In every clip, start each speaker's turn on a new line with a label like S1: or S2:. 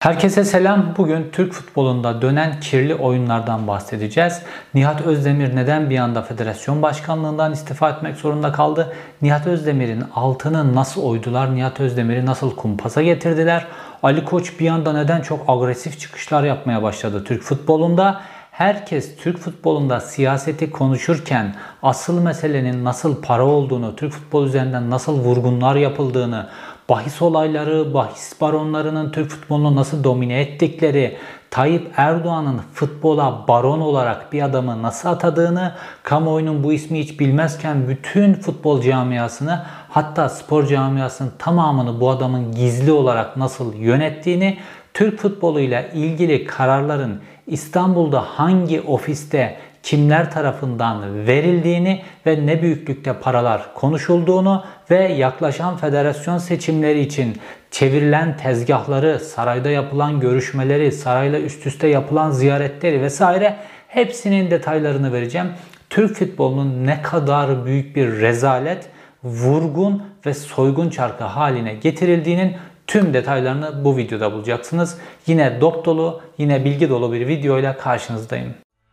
S1: Herkese selam. Bugün Türk futbolunda dönen kirli oyunlardan bahsedeceğiz. Nihat Özdemir neden bir anda federasyon başkanlığından istifa etmek zorunda kaldı? Nihat Özdemir'in altını nasıl oydular? Nihat Özdemir'i nasıl kumpasa getirdiler? Ali Koç bir anda neden çok agresif çıkışlar yapmaya başladı Türk futbolunda? Herkes Türk futbolunda siyaseti konuşurken asıl meselenin nasıl para olduğunu, Türk futbolu üzerinden nasıl vurgunlar yapıldığını, bahis olayları, bahis baronlarının Türk futbolunu nasıl domine ettikleri, Tayyip Erdoğan'ın futbola baron olarak bir adamı nasıl atadığını, kamuoyunun bu ismi hiç bilmezken bütün futbol camiasını, hatta spor camiasının tamamını bu adamın gizli olarak nasıl yönettiğini, Türk futboluyla ilgili kararların İstanbul'da hangi ofiste kimler tarafından verildiğini ve ne büyüklükte paralar konuşulduğunu ve yaklaşan federasyon seçimleri için çevrilen tezgahları, sarayda yapılan görüşmeleri, sarayla üst üste yapılan ziyaretleri vesaire hepsinin detaylarını vereceğim. Türk futbolunun ne kadar büyük bir rezalet, vurgun ve soygun çarkı haline getirildiğinin tüm detaylarını bu videoda bulacaksınız. Yine dop dolu, yine bilgi dolu bir videoyla karşınızdayım.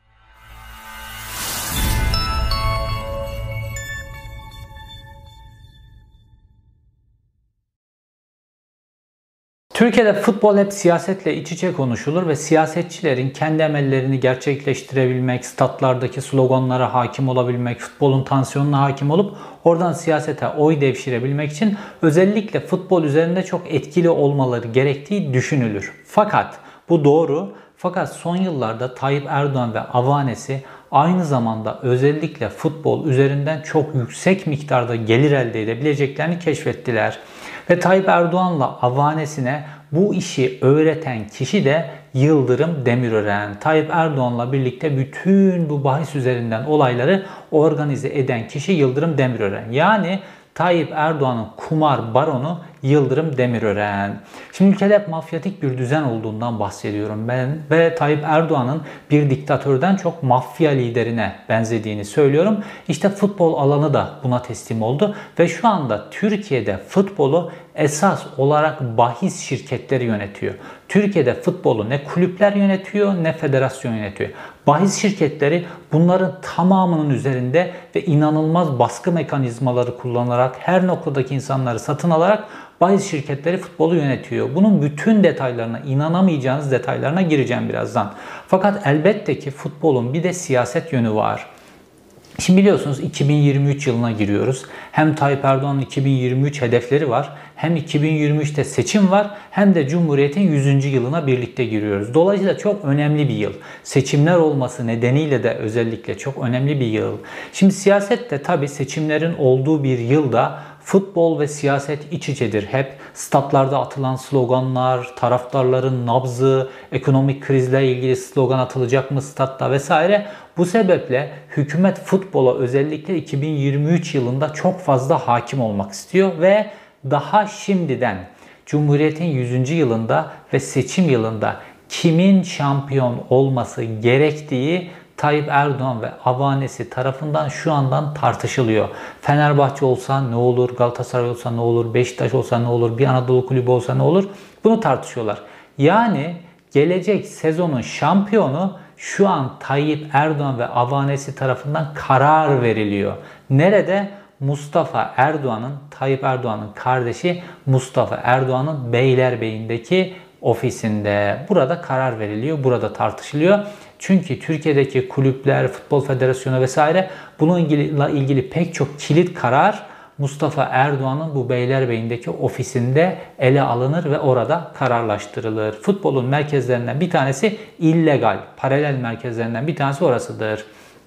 S1: Türkiye'de futbol hep siyasetle iç içe konuşulur ve siyasetçilerin kendi emellerini gerçekleştirebilmek, statlardaki sloganlara hakim olabilmek, futbolun tansiyonuna hakim olup oradan siyasete oy devşirebilmek için özellikle futbol üzerinde çok etkili olmaları gerektiği düşünülür. Fakat bu doğru. Fakat son yıllarda Tayyip Erdoğan ve avanesi aynı zamanda özellikle futbol üzerinden çok yüksek miktarda gelir elde edebileceklerini keşfettiler. Ve Tayyip Erdoğan'la avanesine bu işi öğreten kişi de Yıldırım Demirören. Tayyip Erdoğan'la birlikte bütün bu bahis üzerinden olayları organize eden kişi Yıldırım Demirören. Yani Tayyip Erdoğan'ın kumar baronu Yıldırım Demirören. Şimdi ülkede hep mafyatik bir düzen olduğundan bahsediyorum ben ve Tayyip Erdoğan'ın bir diktatörden çok mafya liderine benzediğini söylüyorum. İşte futbol alanı da buna teslim oldu ve şu anda Türkiye'de futbolu esas olarak bahis şirketleri yönetiyor. Türkiye'de futbolu ne kulüpler yönetiyor ne federasyon yönetiyor. Bahis şirketleri bunların tamamının üzerinde ve inanılmaz baskı mekanizmaları kullanarak her noktadaki insanları satın alarak bahis şirketleri futbolu yönetiyor. Bunun bütün detaylarına, inanamayacağınız detaylarına gireceğim birazdan. Fakat elbette ki futbolun bir de siyaset yönü var. Şimdi biliyorsunuz 2023 yılına giriyoruz. Hem Tayyip Erdoğan'ın 2023 hedefleri var, hem 2023'te seçim var, hem de Cumhuriyet'in 100. yılına birlikte giriyoruz. Dolayısıyla çok önemli bir yıl. Seçimler olması nedeniyle de özellikle çok önemli bir yıl. Şimdi siyasette tabii seçimlerin olduğu bir yılda futbol ve siyaset iç içedir hep. Statlarda atılan sloganlar, taraftarların nabzı, ekonomik krizle ilgili slogan atılacak mı statta vesaire. Bu sebeple hükümet futbola özellikle 2023 yılında çok fazla hakim olmak istiyor ve daha şimdiden Cumhuriyet'in 100. yılında ve seçim yılında kimin şampiyon olması gerektiği Tayyip Erdoğan ve avanesi tarafından şu andan tartışılıyor. Fenerbahçe olsa ne olur, Galatasaray olsa ne olur, Beşiktaş olsa ne olur, bir Anadolu kulübü olsa ne olur? Bunu tartışıyorlar. Yani gelecek sezonun şampiyonu şu an Tayyip Erdoğan ve avanesi tarafından karar veriliyor. Nerede? Mustafa Erdoğan'ın, Tayyip Erdoğan'ın kardeşi Mustafa Erdoğan'ın Beylerbeyi'ndeki ofisinde. Burada karar veriliyor, burada tartışılıyor. Çünkü Türkiye'deki kulüpler, futbol federasyonu vesaire bununla ilgili pek çok kilit karar Mustafa Erdoğan'ın bu Beylerbeyi'ndeki ofisinde ele alınır ve orada kararlaştırılır. Futbolun merkezlerinden bir tanesi illegal, paralel merkezlerinden bir tanesi orasıdır.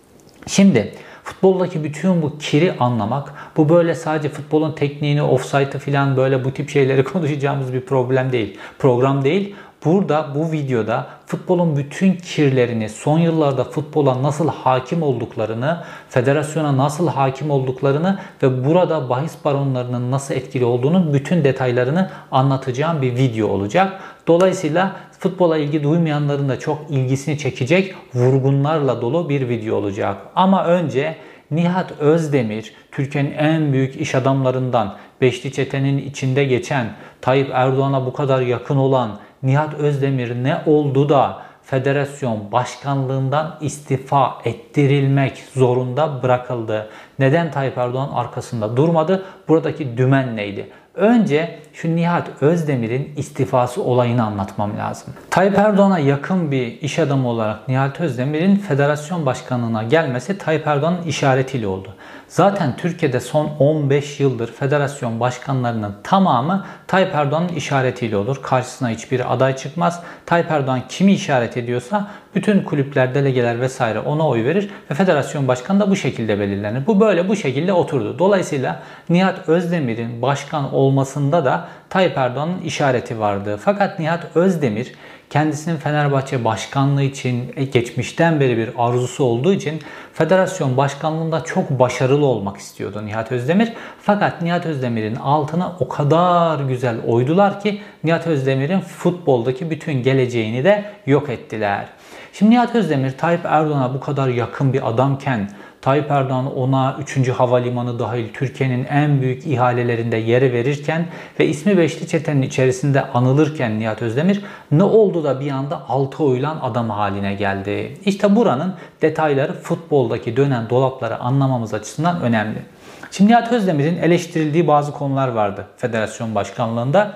S1: Şimdi futboldaki bütün bu kiri anlamak, bu böyle sadece futbolun tekniğini, offside'ı falan böyle bu tip şeyleri konuşacağımız bir program değil. Burada bu videoda futbolun bütün kirlerini, son yıllarda futbola nasıl hakim olduklarını, federasyona nasıl hakim olduklarını ve burada bahis baronlarının nasıl etkili olduğunun bütün detaylarını anlatacağım bir video olacak. Dolayısıyla futbola ilgi duymayanların da çok ilgisini çekecek vurgunlarla dolu bir video olacak. Ama önce Nihat Özdemir, Türkiye'nin en büyük iş adamlarından, Beşli Çete'nin içinde geçen, Tayyip Erdoğan'a bu kadar yakın olan Nihat Özdemir ne oldu da federasyon başkanlığından istifa ettirilmek zorunda bırakıldı? Neden Tayyip Erdoğan arkasında durmadı? Buradaki dümen neydi? Önce şu Nihat Özdemir'in istifası olayını anlatmam lazım. Tayyip Erdoğan'a yakın bir iş adamı olarak Nihat Özdemir'in federasyon başkanlığına gelmesi Tayyip Erdoğan'ın işaretiyle oldu. Zaten Türkiye'de son 15 yıldır federasyon başkanlarının tamamı Tayyip Erdoğan'ın işaretiyle olur. Karşısına hiçbir aday çıkmaz. Tayyip Erdoğan kimi işaret ediyorsa bütün kulüpler, delegeler vesaire ona oy verir ve federasyon başkanı da bu şekilde belirlenir. Bu şekilde oturdu. Dolayısıyla Nihat Özdemir'in başkan olmasında da Tayyip Erdoğan'ın işareti vardı. Fakat Nihat Özdemir kendisinin Fenerbahçe başkanlığı için geçmişten beri bir arzusu olduğu için federasyon başkanlığında çok başarılı olmak istiyordu Nihat Özdemir. Fakat Nihat Özdemir'in altına o kadar güzel oydular ki Nihat Özdemir'in futboldaki bütün geleceğini de yok ettiler. Şimdi Nihat Özdemir Tayyip Erdoğan'a bu kadar yakın bir adamken, Tayyip Erdoğan ona 3. havalimanı dahil Türkiye'nin en büyük ihalelerinde yeri verirken ve ismi Beşli Çete'nin içerisinde anılırken Nihat Özdemir ne oldu da bir anda 6 oylan adam haline geldi? İşte buranın detayları futboldaki dönen dolapları anlamamız açısından önemli. Şimdi Nihat Özdemir'in eleştirildiği bazı konular vardı federasyon başkanlığında.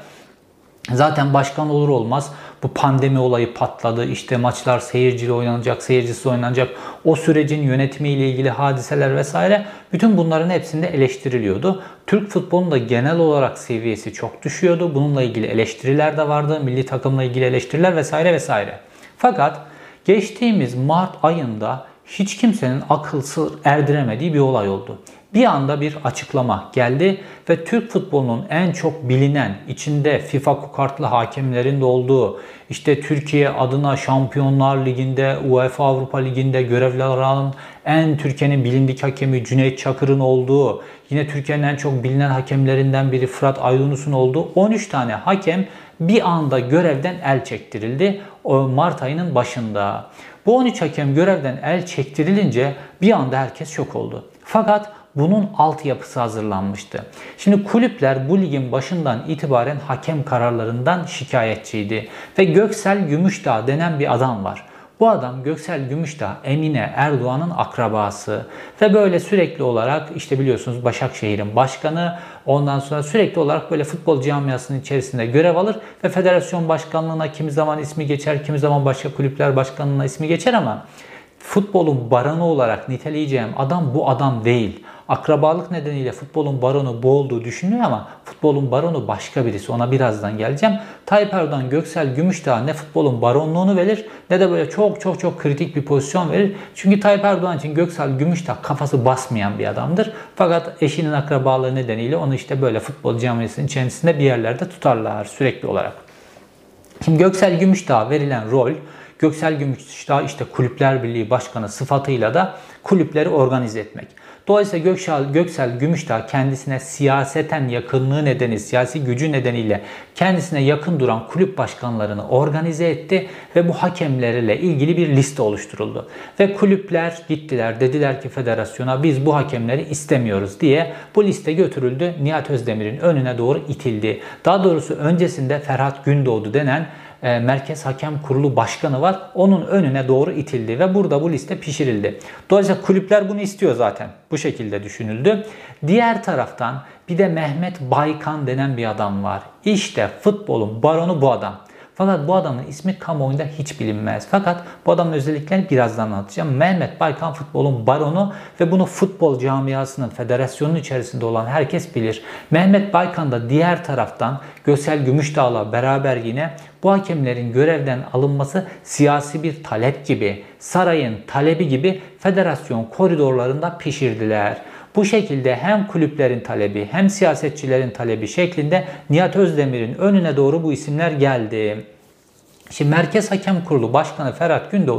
S1: Zaten başkan olur olmaz bu pandemi olayı patladı. İşte maçlar seyirciyle oynanacak, seyircisiz oynanacak. O sürecin yönetimiyle ilgili hadiseler vesaire. Bütün bunların hepsinde eleştiriliyordu. Türk futbolunun da genel olarak seviyesi çok düşüyordu. Bununla ilgili eleştiriler de vardı. Milli takımla ilgili eleştiriler vesaire vesaire. Fakat geçtiğimiz Mart ayında hiç kimsenin akıl sır erdiremediği bir olay oldu. Bir anda bir açıklama geldi ve Türk futbolunun en çok bilinen, içinde FIFA kokartlı hakemlerin de olduğu, işte Türkiye adına Şampiyonlar Ligi'nde, UEFA Avrupa Ligi'nde görevler alan Türkiye'nin bilindik hakemi Cüneyt Çakır'ın olduğu, yine Türkiye'nin en çok bilinen hakemlerinden biri Fırat Aydınus'un olduğu 13 tane hakem bir anda görevden el çektirildi Mart ayının başında. Bu 13 hakem görevden el çektirilince bir anda herkes şok oldu. Fakat bunun altyapısı hazırlanmıştı. Şimdi kulüpler bu ligin başından itibaren hakem kararlarından şikayetçiydi. Ve Göksel Gümüşdağ denen bir adam var. Bu adam Göksel Gümüşdağ, Emine Erdoğan'ın akrabası ve böyle sürekli olarak işte biliyorsunuz Başakşehir'in başkanı, ondan sonra sürekli olarak böyle futbol camiasının içerisinde görev alır ve federasyon başkanlığına kimi zaman ismi geçer, kimi zaman başka kulüpler başkanlığına ismi geçer ama futbolun baronu olarak niteleyeceğim adam bu adam değil. Akrabalık nedeniyle futbolun baronu bu olduğu düşünülüyor ama futbolun baronu başka birisi. Ona birazdan geleceğim. Tayyip Erdoğan Göksel Gümüşdağ ne futbolun baronluğunu verir ne de böyle çok kritik bir pozisyon verir. Çünkü Tayyip Erdoğan için Göksel Gümüşdağ kafası basmayan bir adamdır. Fakat eşinin akrabalığı nedeniyle onu işte böyle futbol camiasının içerisinde bir yerlerde tutarlar sürekli olarak. Şimdi Göksel Gümüşdağ verilen rol, Göksel Gümüşdağ işte Kulüpler Birliği Başkanı sıfatıyla da kulüpleri organize etmek. Dolayısıyla Göksel Gümüşdağ kendisine siyaseten yakınlığı nedeni, siyasi gücü nedeniyle kendisine yakın duran kulüp başkanlarını organize etti ve bu hakemlerle ilgili bir liste oluşturuldu. Ve kulüpler gittiler, dediler ki federasyona biz bu hakemleri istemiyoruz diye bu liste götürüldü. Nihat Özdemir'in önüne doğru itildi. Daha doğrusu öncesinde Ferhat Gündoğdu denen Merkez Hakem Kurulu Başkanı var. Onun önüne doğru itildi ve burada bu liste pişirildi. Dolayısıyla kulüpler bunu istiyor zaten. Bu şekilde düşünüldü. Diğer taraftan bir de Mehmet Baykan denen bir adam var. İşte futbolun baronu bu adam. Fakat bu adamın ismi kamuoyunda hiç bilinmez. Fakat bu adamın özelliklerini birazdan anlatacağım. Mehmet Baykan futbolun baronu ve bunu futbol camiasının, federasyonun içerisinde olan herkes bilir. Mehmet Baykan da diğer taraftan Göksel Gümüşdağ'la beraber yine bu hakemlerin görevden alınması siyasi bir talep gibi, sarayın talebi gibi federasyon koridorlarında pişirdiler. Bu şekilde hem kulüplerin talebi hem siyasetçilerin talebi şeklinde Nihat Özdemir'in önüne doğru bu isimler geldi. Şimdi Merkez Hakem Kurulu Başkanı Ferhat Gündoğdu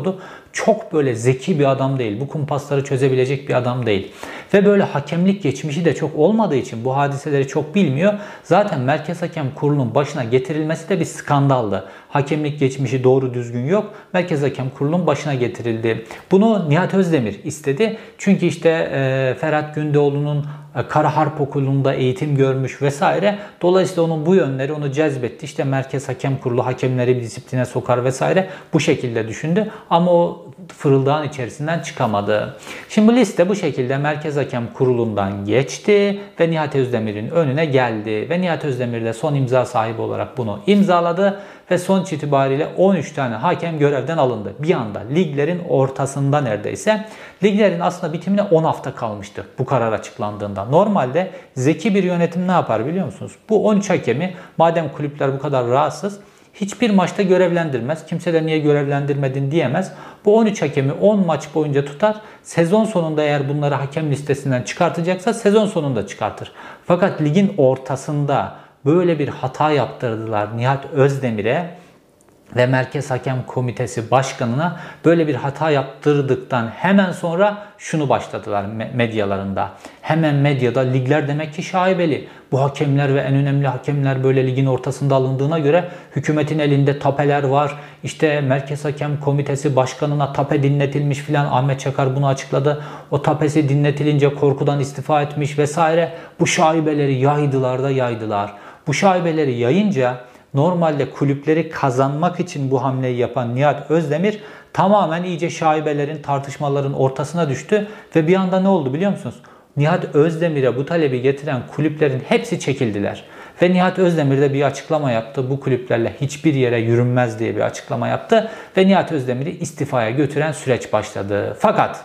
S1: çok böyle zeki bir adam değil. Bu kumpasları çözebilecek bir adam değil. Ve böyle hakemlik geçmişi de çok olmadığı için bu hadiseleri çok bilmiyor. Zaten Merkez Hakem Kurulu'nun başına getirilmesi de bir skandaldı. Hakemlik geçmişi doğru düzgün yok. Merkez Hakem Kurulu'nun başına getirildi. Bunu Nihat Özdemir istedi. Çünkü işte Ferhat Gündoğdu'nun Kara Harp Okulu'nda eğitim görmüş vesaire. Dolayısıyla onun bu yönleri onu cezbetti. İşte Merkez Hakem Kurulu hakemleri bir disipline sokar vesaire. Bu şekilde düşündü. Ama o fırıldağın içerisinden çıkamadı. Şimdi bu liste bu şekilde Merkez Hakem Kurulu'ndan geçti ve Nihat Özdemir'in önüne geldi. Ve Nihat Özdemir de son imza sahibi olarak bunu imzaladı. Ve sonuç itibariyle 13 tane hakem görevden alındı. Bir anda liglerin ortasında neredeyse. Liglerin aslında bitimine 10 hafta kalmıştı bu karar açıklandığında. Normalde zeki bir yönetim ne yapar biliyor musunuz? Bu 13 hakemi madem kulüpler bu kadar rahatsız hiçbir maçta görevlendirmez. Kimse de niye görevlendirmedin diyemez. Bu 13 hakemi 10 maç boyunca tutar. Sezon sonunda eğer bunları hakem listesinden çıkartacaksa sezon sonunda çıkartır. Fakat ligin ortasında böyle bir hata yaptırdılar Nihat Özdemir'e ve Merkez Hakem Komitesi Başkanı'na. Böyle bir hata yaptırdıktan hemen sonra şunu başladılar medyalarında. Hemen medyada ligler demek ki şaibeli. Bu hakemler ve en önemli hakemler böyle ligin ortasında alındığına göre hükümetin elinde tapeler var. İşte Merkez Hakem Komitesi Başkanı'na tape dinletilmiş filan. Ahmet Çakar bunu açıkladı. O tapesi dinletilince korkudan istifa etmiş vesaire. Bu şaibeleri yaydılar da yaydılar. Bu şaibeleri yayınca normalde kulüpleri kazanmak için bu hamleyi yapan Nihat Özdemir tamamen iyice şaibelerin, tartışmaların ortasına düştü ve bir anda ne oldu biliyor musunuz? Nihat Özdemir'e bu talebi getiren kulüplerin hepsi çekildiler. Ve Nihat Özdemir de bir açıklama yaptı. Bu kulüplerle hiçbir yere yürünmez diye bir açıklama yaptı. Ve Nihat Özdemir'i istifaya götüren süreç başladı. Fakat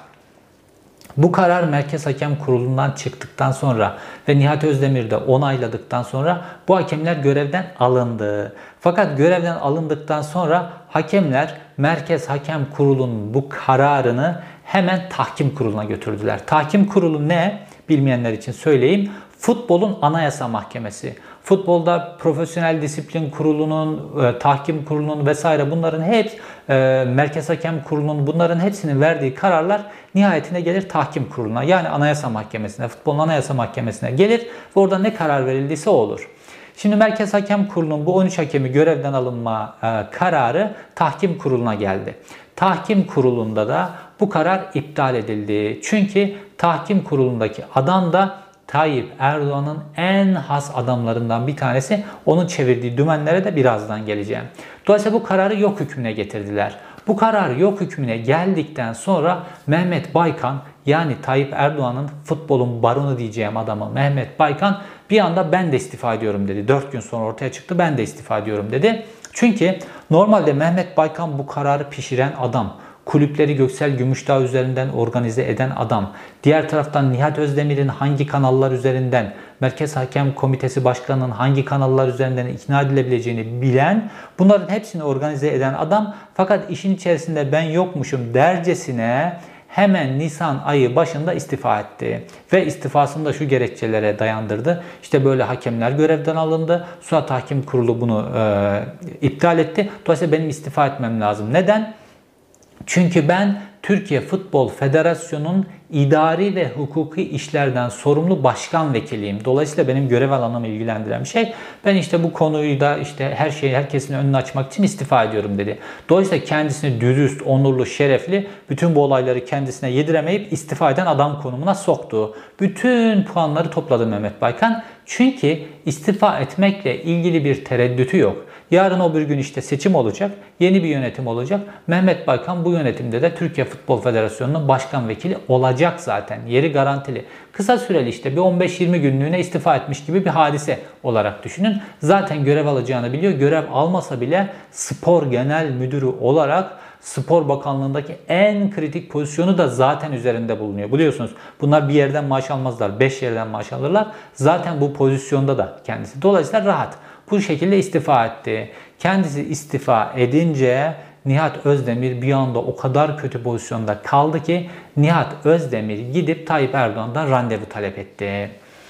S1: bu karar Merkez Hakem Kurulu'ndan çıktıktan sonra ve Nihat Özdemir de onayladıktan sonra bu hakemler görevden alındı. Fakat görevden alındıktan sonra hakemler Merkez Hakem Kurulu'nun bu kararını hemen Tahkim Kurulu'na götürdüler. Tahkim Kurulu ne? Bilmeyenler için söyleyeyim. Futbolun Anayasa Mahkemesi. Futbolda Profesyonel Disiplin Kurulu'nun, Tahkim Kurulu'nun vesaire bunların hep Merkez Hakem Kurulu'nun bunların hepsinin verdiği kararlar nihayetine gelir Tahkim Kurulu'na. Yani Anayasa Mahkemesi'ne, Futbolun Anayasa Mahkemesi'ne gelir ve orada ne karar verildiyse o olur. Şimdi Merkez Hakem Kurulu'nun bu 13 hakemi görevden alınma kararı Tahkim Kurulu'na geldi. Tahkim Kurulu'nda da bu karar iptal edildi. Çünkü Tahkim Kurulu'ndaki adam da Tayyip Erdoğan'ın en has adamlarından bir tanesi. Onun çevirdiği dümenlere de birazdan geleceğim. Dolayısıyla bu kararı yok hükmüne getirdiler. Bu karar yok hükmüne geldikten sonra Mehmet Baykan, yani Tayyip Erdoğan'ın futbolun baronu diyeceğim adamı Mehmet Baykan bir anda ben de istifa ediyorum dedi. 4 gün sonra ortaya çıktı, ben de istifa ediyorum dedi. Çünkü normalde Mehmet Baykan bu kararı pişiren adam. Kulüpleri Göksel Gümüşdağ üzerinden organize eden adam. Diğer taraftan Nihat Özdemir'in hangi kanallar üzerinden, Merkez Hakem Komitesi Başkanı'nın hangi kanallar üzerinden ikna edilebileceğini bilen, bunların hepsini organize eden adam. Fakat işin içerisinde ben yokmuşum dercesine hemen Nisan ayı başında istifa etti. Ve istifasını da şu gerekçelere dayandırdı. İşte böyle hakemler görevden alındı. Sonra Tahkim Kurulu bunu iptal etti. Dolayısıyla benim istifa etmem lazım. Neden? Çünkü ben Türkiye Futbol Federasyonu'nun idari ve hukuki işlerden sorumlu başkan vekiliyim. Dolayısıyla benim görev alanımı ilgilendiren bir şey. Ben işte bu konuyu da işte her şeyi herkesin önünü açmak için istifa ediyorum dedi. Dolayısıyla kendisini dürüst, onurlu, şerefli, bütün bu olayları kendisine yediremeyip istifa eden adam konumuna soktu. Bütün puanları topladı Mehmet Baykan. Çünkü istifa etmekle ilgili bir tereddütü yok. Yarın öbür gün işte seçim olacak, yeni bir yönetim olacak. Mehmet Baykan bu yönetimde de Türkiye Futbol Federasyonu'nun başkan vekili olacak zaten. Yeri garantili. Kısa süreli işte bir 15-20 günlüğüne istifa etmiş gibi bir hadise olarak düşünün. Zaten görev alacağını biliyor. Görev almasa bile spor genel müdürü olarak Spor Bakanlığı'ndaki en kritik pozisyonu da zaten üzerinde bulunuyor. Biliyorsunuz bunlar bir yerden maaş almazlar. 5 yerden maaş alırlar. Zaten bu pozisyonda da kendisi. Dolayısıyla rahat. Bu şekilde istifa etti. Kendisi istifa edince Nihat Özdemir bir anda o kadar kötü pozisyonda kaldı ki Nihat Özdemir gidip Tayyip Erdoğan'dan randevu talep etti.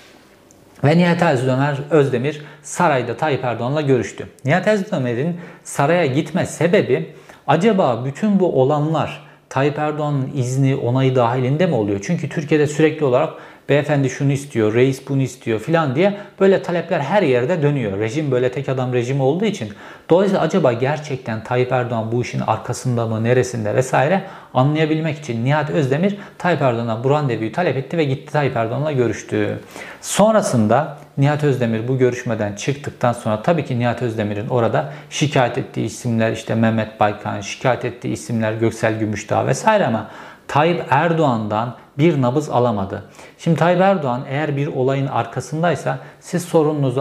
S1: Ve Nihat Özdemir sarayda Tayyip Erdoğan'la görüştü. Nihat Özdemir'in saraya gitme sebebi acaba bütün bu olanlar Tayyip Erdoğan'ın izni, onayı dahilinde mi oluyor? Çünkü Türkiye'de sürekli olarak beyefendi şunu istiyor, reis bunu istiyor filan diye böyle talepler her yerde dönüyor. Rejim böyle tek adam rejimi olduğu için. Dolayısıyla acaba gerçekten Tayyip Erdoğan bu işin arkasında mı, neresinde vesaire anlayabilmek için Nihat Özdemir Tayyip Erdoğan'a bu randevuyu talep etti ve gitti Tayyip Erdoğan'la görüştü. Sonrasında Nihat Özdemir bu görüşmeden çıktıktan sonra tabii ki Nihat Özdemir'in orada şikayet ettiği isimler işte Mehmet Baykan, şikayet ettiği isimler Göksel Gümüşdağ vesaire ama Tayyip Erdoğan'dan bir nabız alamadı. Şimdi Tayyip Erdoğan eğer bir olayın arkasındaysa siz sorununuzu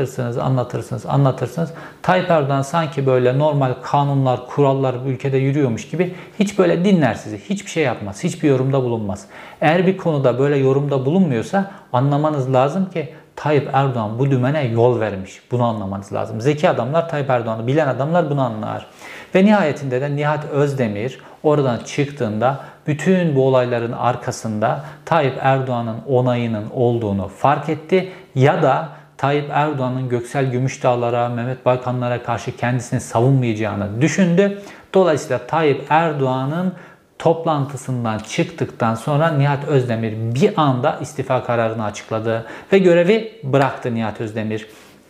S1: anlatırsınız. Tayyip Erdoğan sanki böyle normal kanunlar, kurallar bu ülkede yürüyormuş gibi hiç böyle dinler sizi. Hiçbir şey yapmaz. Hiçbir yorumda bulunmaz. Eğer bir konuda böyle yorumda bulunmuyorsa anlamanız lazım ki Tayyip Erdoğan bu dümene yol vermiş. Bunu anlamanız lazım. Zeki adamlar Tayyip Erdoğan'ı bilen adamlar bunu anlar. Ve nihayetinde de Nihat Özdemir oradan çıktığında bütün bu olayların arkasında Tayyip Erdoğan'ın onayının olduğunu fark etti ya da Tayyip Erdoğan'ın Göksel Gümüşdağlara, Mehmet Baykanlara karşı kendisini savunmayacağını düşündü. Dolayısıyla Tayyip Erdoğan'ın toplantısından çıktıktan sonra Nihat Özdemir bir anda istifa kararını açıkladı ve görevi bıraktı Nihat Özdemir.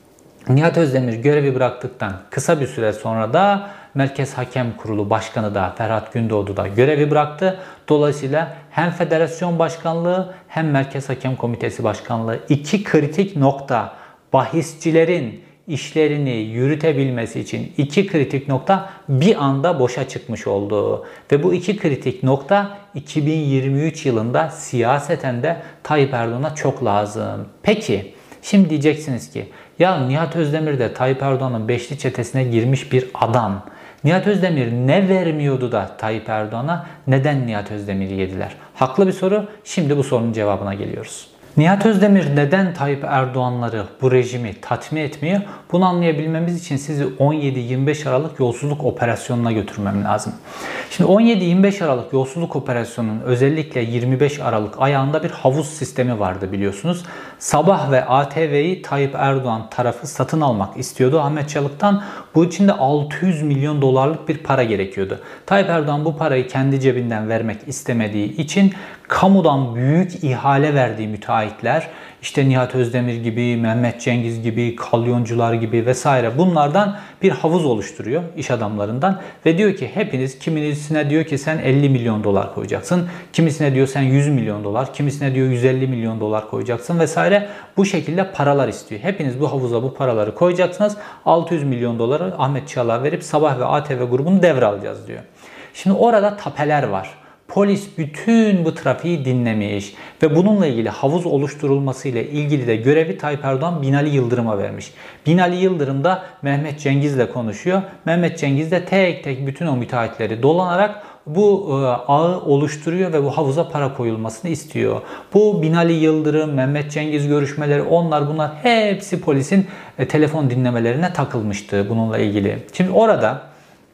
S1: Nihat Özdemir görevi bıraktıktan kısa bir süre sonra da Merkez Hakem Kurulu Başkanı da Ferhat Gündoğdu da görevi bıraktı. Dolayısıyla hem Federasyon Başkanlığı hem Merkez Hakem Komitesi Başkanlığı iki kritik nokta bahisçilerin işlerini yürütebilmesi için iki kritik nokta bir anda boşa çıkmış oldu. Ve bu iki kritik nokta 2023 yılında siyaseten de Tayyip Erdoğan'a çok lazım. Peki şimdi diyeceksiniz ki ya Nihat Özdemir de Tayyip Erdoğan'ın beşli çetesine girmiş bir adam. Nihat Özdemir ne vermiyordu da Tayyip Erdoğan'a, neden Nihat Özdemir'i yediler? Haklı bir soru. Şimdi bu sorunun cevabına geliyoruz. Nihat Özdemir neden Tayyip Erdoğanları, bu rejimi tatmin etmiyor? Bunu anlayabilmemiz için sizi 17-25 Aralık yolsuzluk operasyonuna götürmem lazım. Şimdi 17-25 Aralık yolsuzluk operasyonunun özellikle 25 Aralık ayağında bir havuz sistemi vardı biliyorsunuz. Sabah ve ATV'yi Tayyip Erdoğan tarafı satın almak istiyordu Ahmet Çalık'tan. Bu için de 600 milyon dolarlık bir para gerekiyordu. Tayyip Erdoğan bu parayı kendi cebinden vermek istemediği için kamudan büyük ihale verdiği müteahhitler, işte Nihat Özdemir gibi, Mehmet Cengiz gibi, kalyoncular gibi vesaire bunlardan bir havuz oluşturuyor iş adamlarından ve diyor ki hepiniz, kimisine diyor ki sen 50 milyon dolar koyacaksın, kimisine diyor sen 100 milyon dolar, kimisine diyor 150 milyon dolar koyacaksın vesaire, bu şekilde paralar istiyor. Hepiniz bu havuza bu paraları koyacaksınız, 600 milyon doları Ahmet Çalık'a verip Sabah ve ATV grubunu devralacağız diyor. Şimdi orada tapeler var. Polis bütün bu trafiği dinlemiş ve bununla ilgili havuz oluşturulması ile ilgili de görevi Tayyip Erdoğan Binali Yıldırım'a vermiş. Binali Yıldırım da Mehmet Cengiz'le konuşuyor. Mehmet Cengiz de tek tek bütün o müteahhitleri dolanarak bu ağı oluşturuyor ve bu havuza para koyulmasını istiyor. Bu Binali Yıldırım, Mehmet Cengiz görüşmeleri, bunlar hepsi polisin telefon dinlemelerine takılmıştı bununla ilgili. Şimdi orada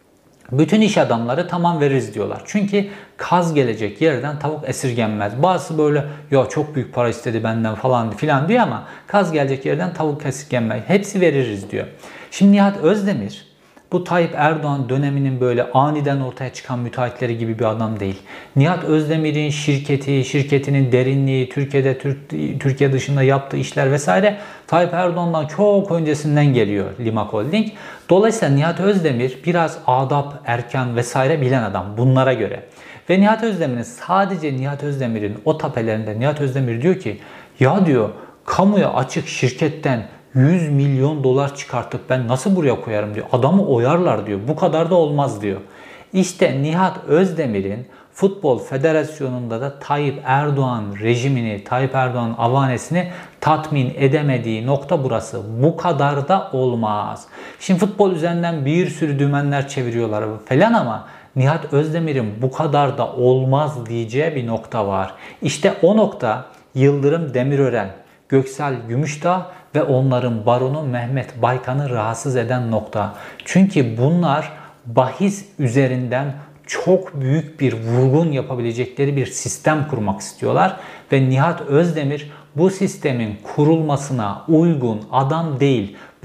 S1: bütün iş adamları tamam veririz diyorlar. Çünkü kaz gelecek yerden tavuk esirgenmez. Bazısı böyle ya çok büyük para istedi benden falan filan diyor ama kaz gelecek yerden tavuk esirgenmez. Hepsi veririz diyor. Şimdi Nihat Özdemir bu Tayyip Erdoğan döneminin böyle aniden ortaya çıkan müteahhitleri gibi bir adam değil. Nihat Özdemir'in şirketinin derinliği, Türkiye dışında yaptığı işler vesaire Tayyip Erdoğan'dan çok öncesinden geliyor Limak Holding. Dolayısıyla Nihat Özdemir biraz adap, erkan vesaire bilen adam bunlara göre. Ve Nihat Özdemir'in o tapelerinde Nihat Özdemir diyor ki ya diyor kamuya açık şirketten 100 milyon dolar çıkartıp ben nasıl buraya koyarım diyor. Adamı oyarlar diyor. Bu kadar da olmaz diyor. İşte Nihat Özdemir'in Futbol Federasyonu'nda da Tayyip Erdoğan rejimini, Tayyip Erdoğan avanesini tatmin edemediği nokta burası. Bu kadar da olmaz. Şimdi futbol üzerinden bir sürü dümenler çeviriyorlar falan ama Nihat Özdemir'in bu kadar da olmaz diyeceği bir nokta var. İşte o nokta Yıldırım Demirören, Göksel Gümüşdağ ve onların baronu Mehmet Baykan'ı rahatsız eden nokta. Çünkü bunlar bahis üzerinden çok büyük bir vurgun yapabilecekleri bir sistem kurmak istiyorlar. Ve Nihat Özdemir bu sistemin kurulmasına uygun adam değil.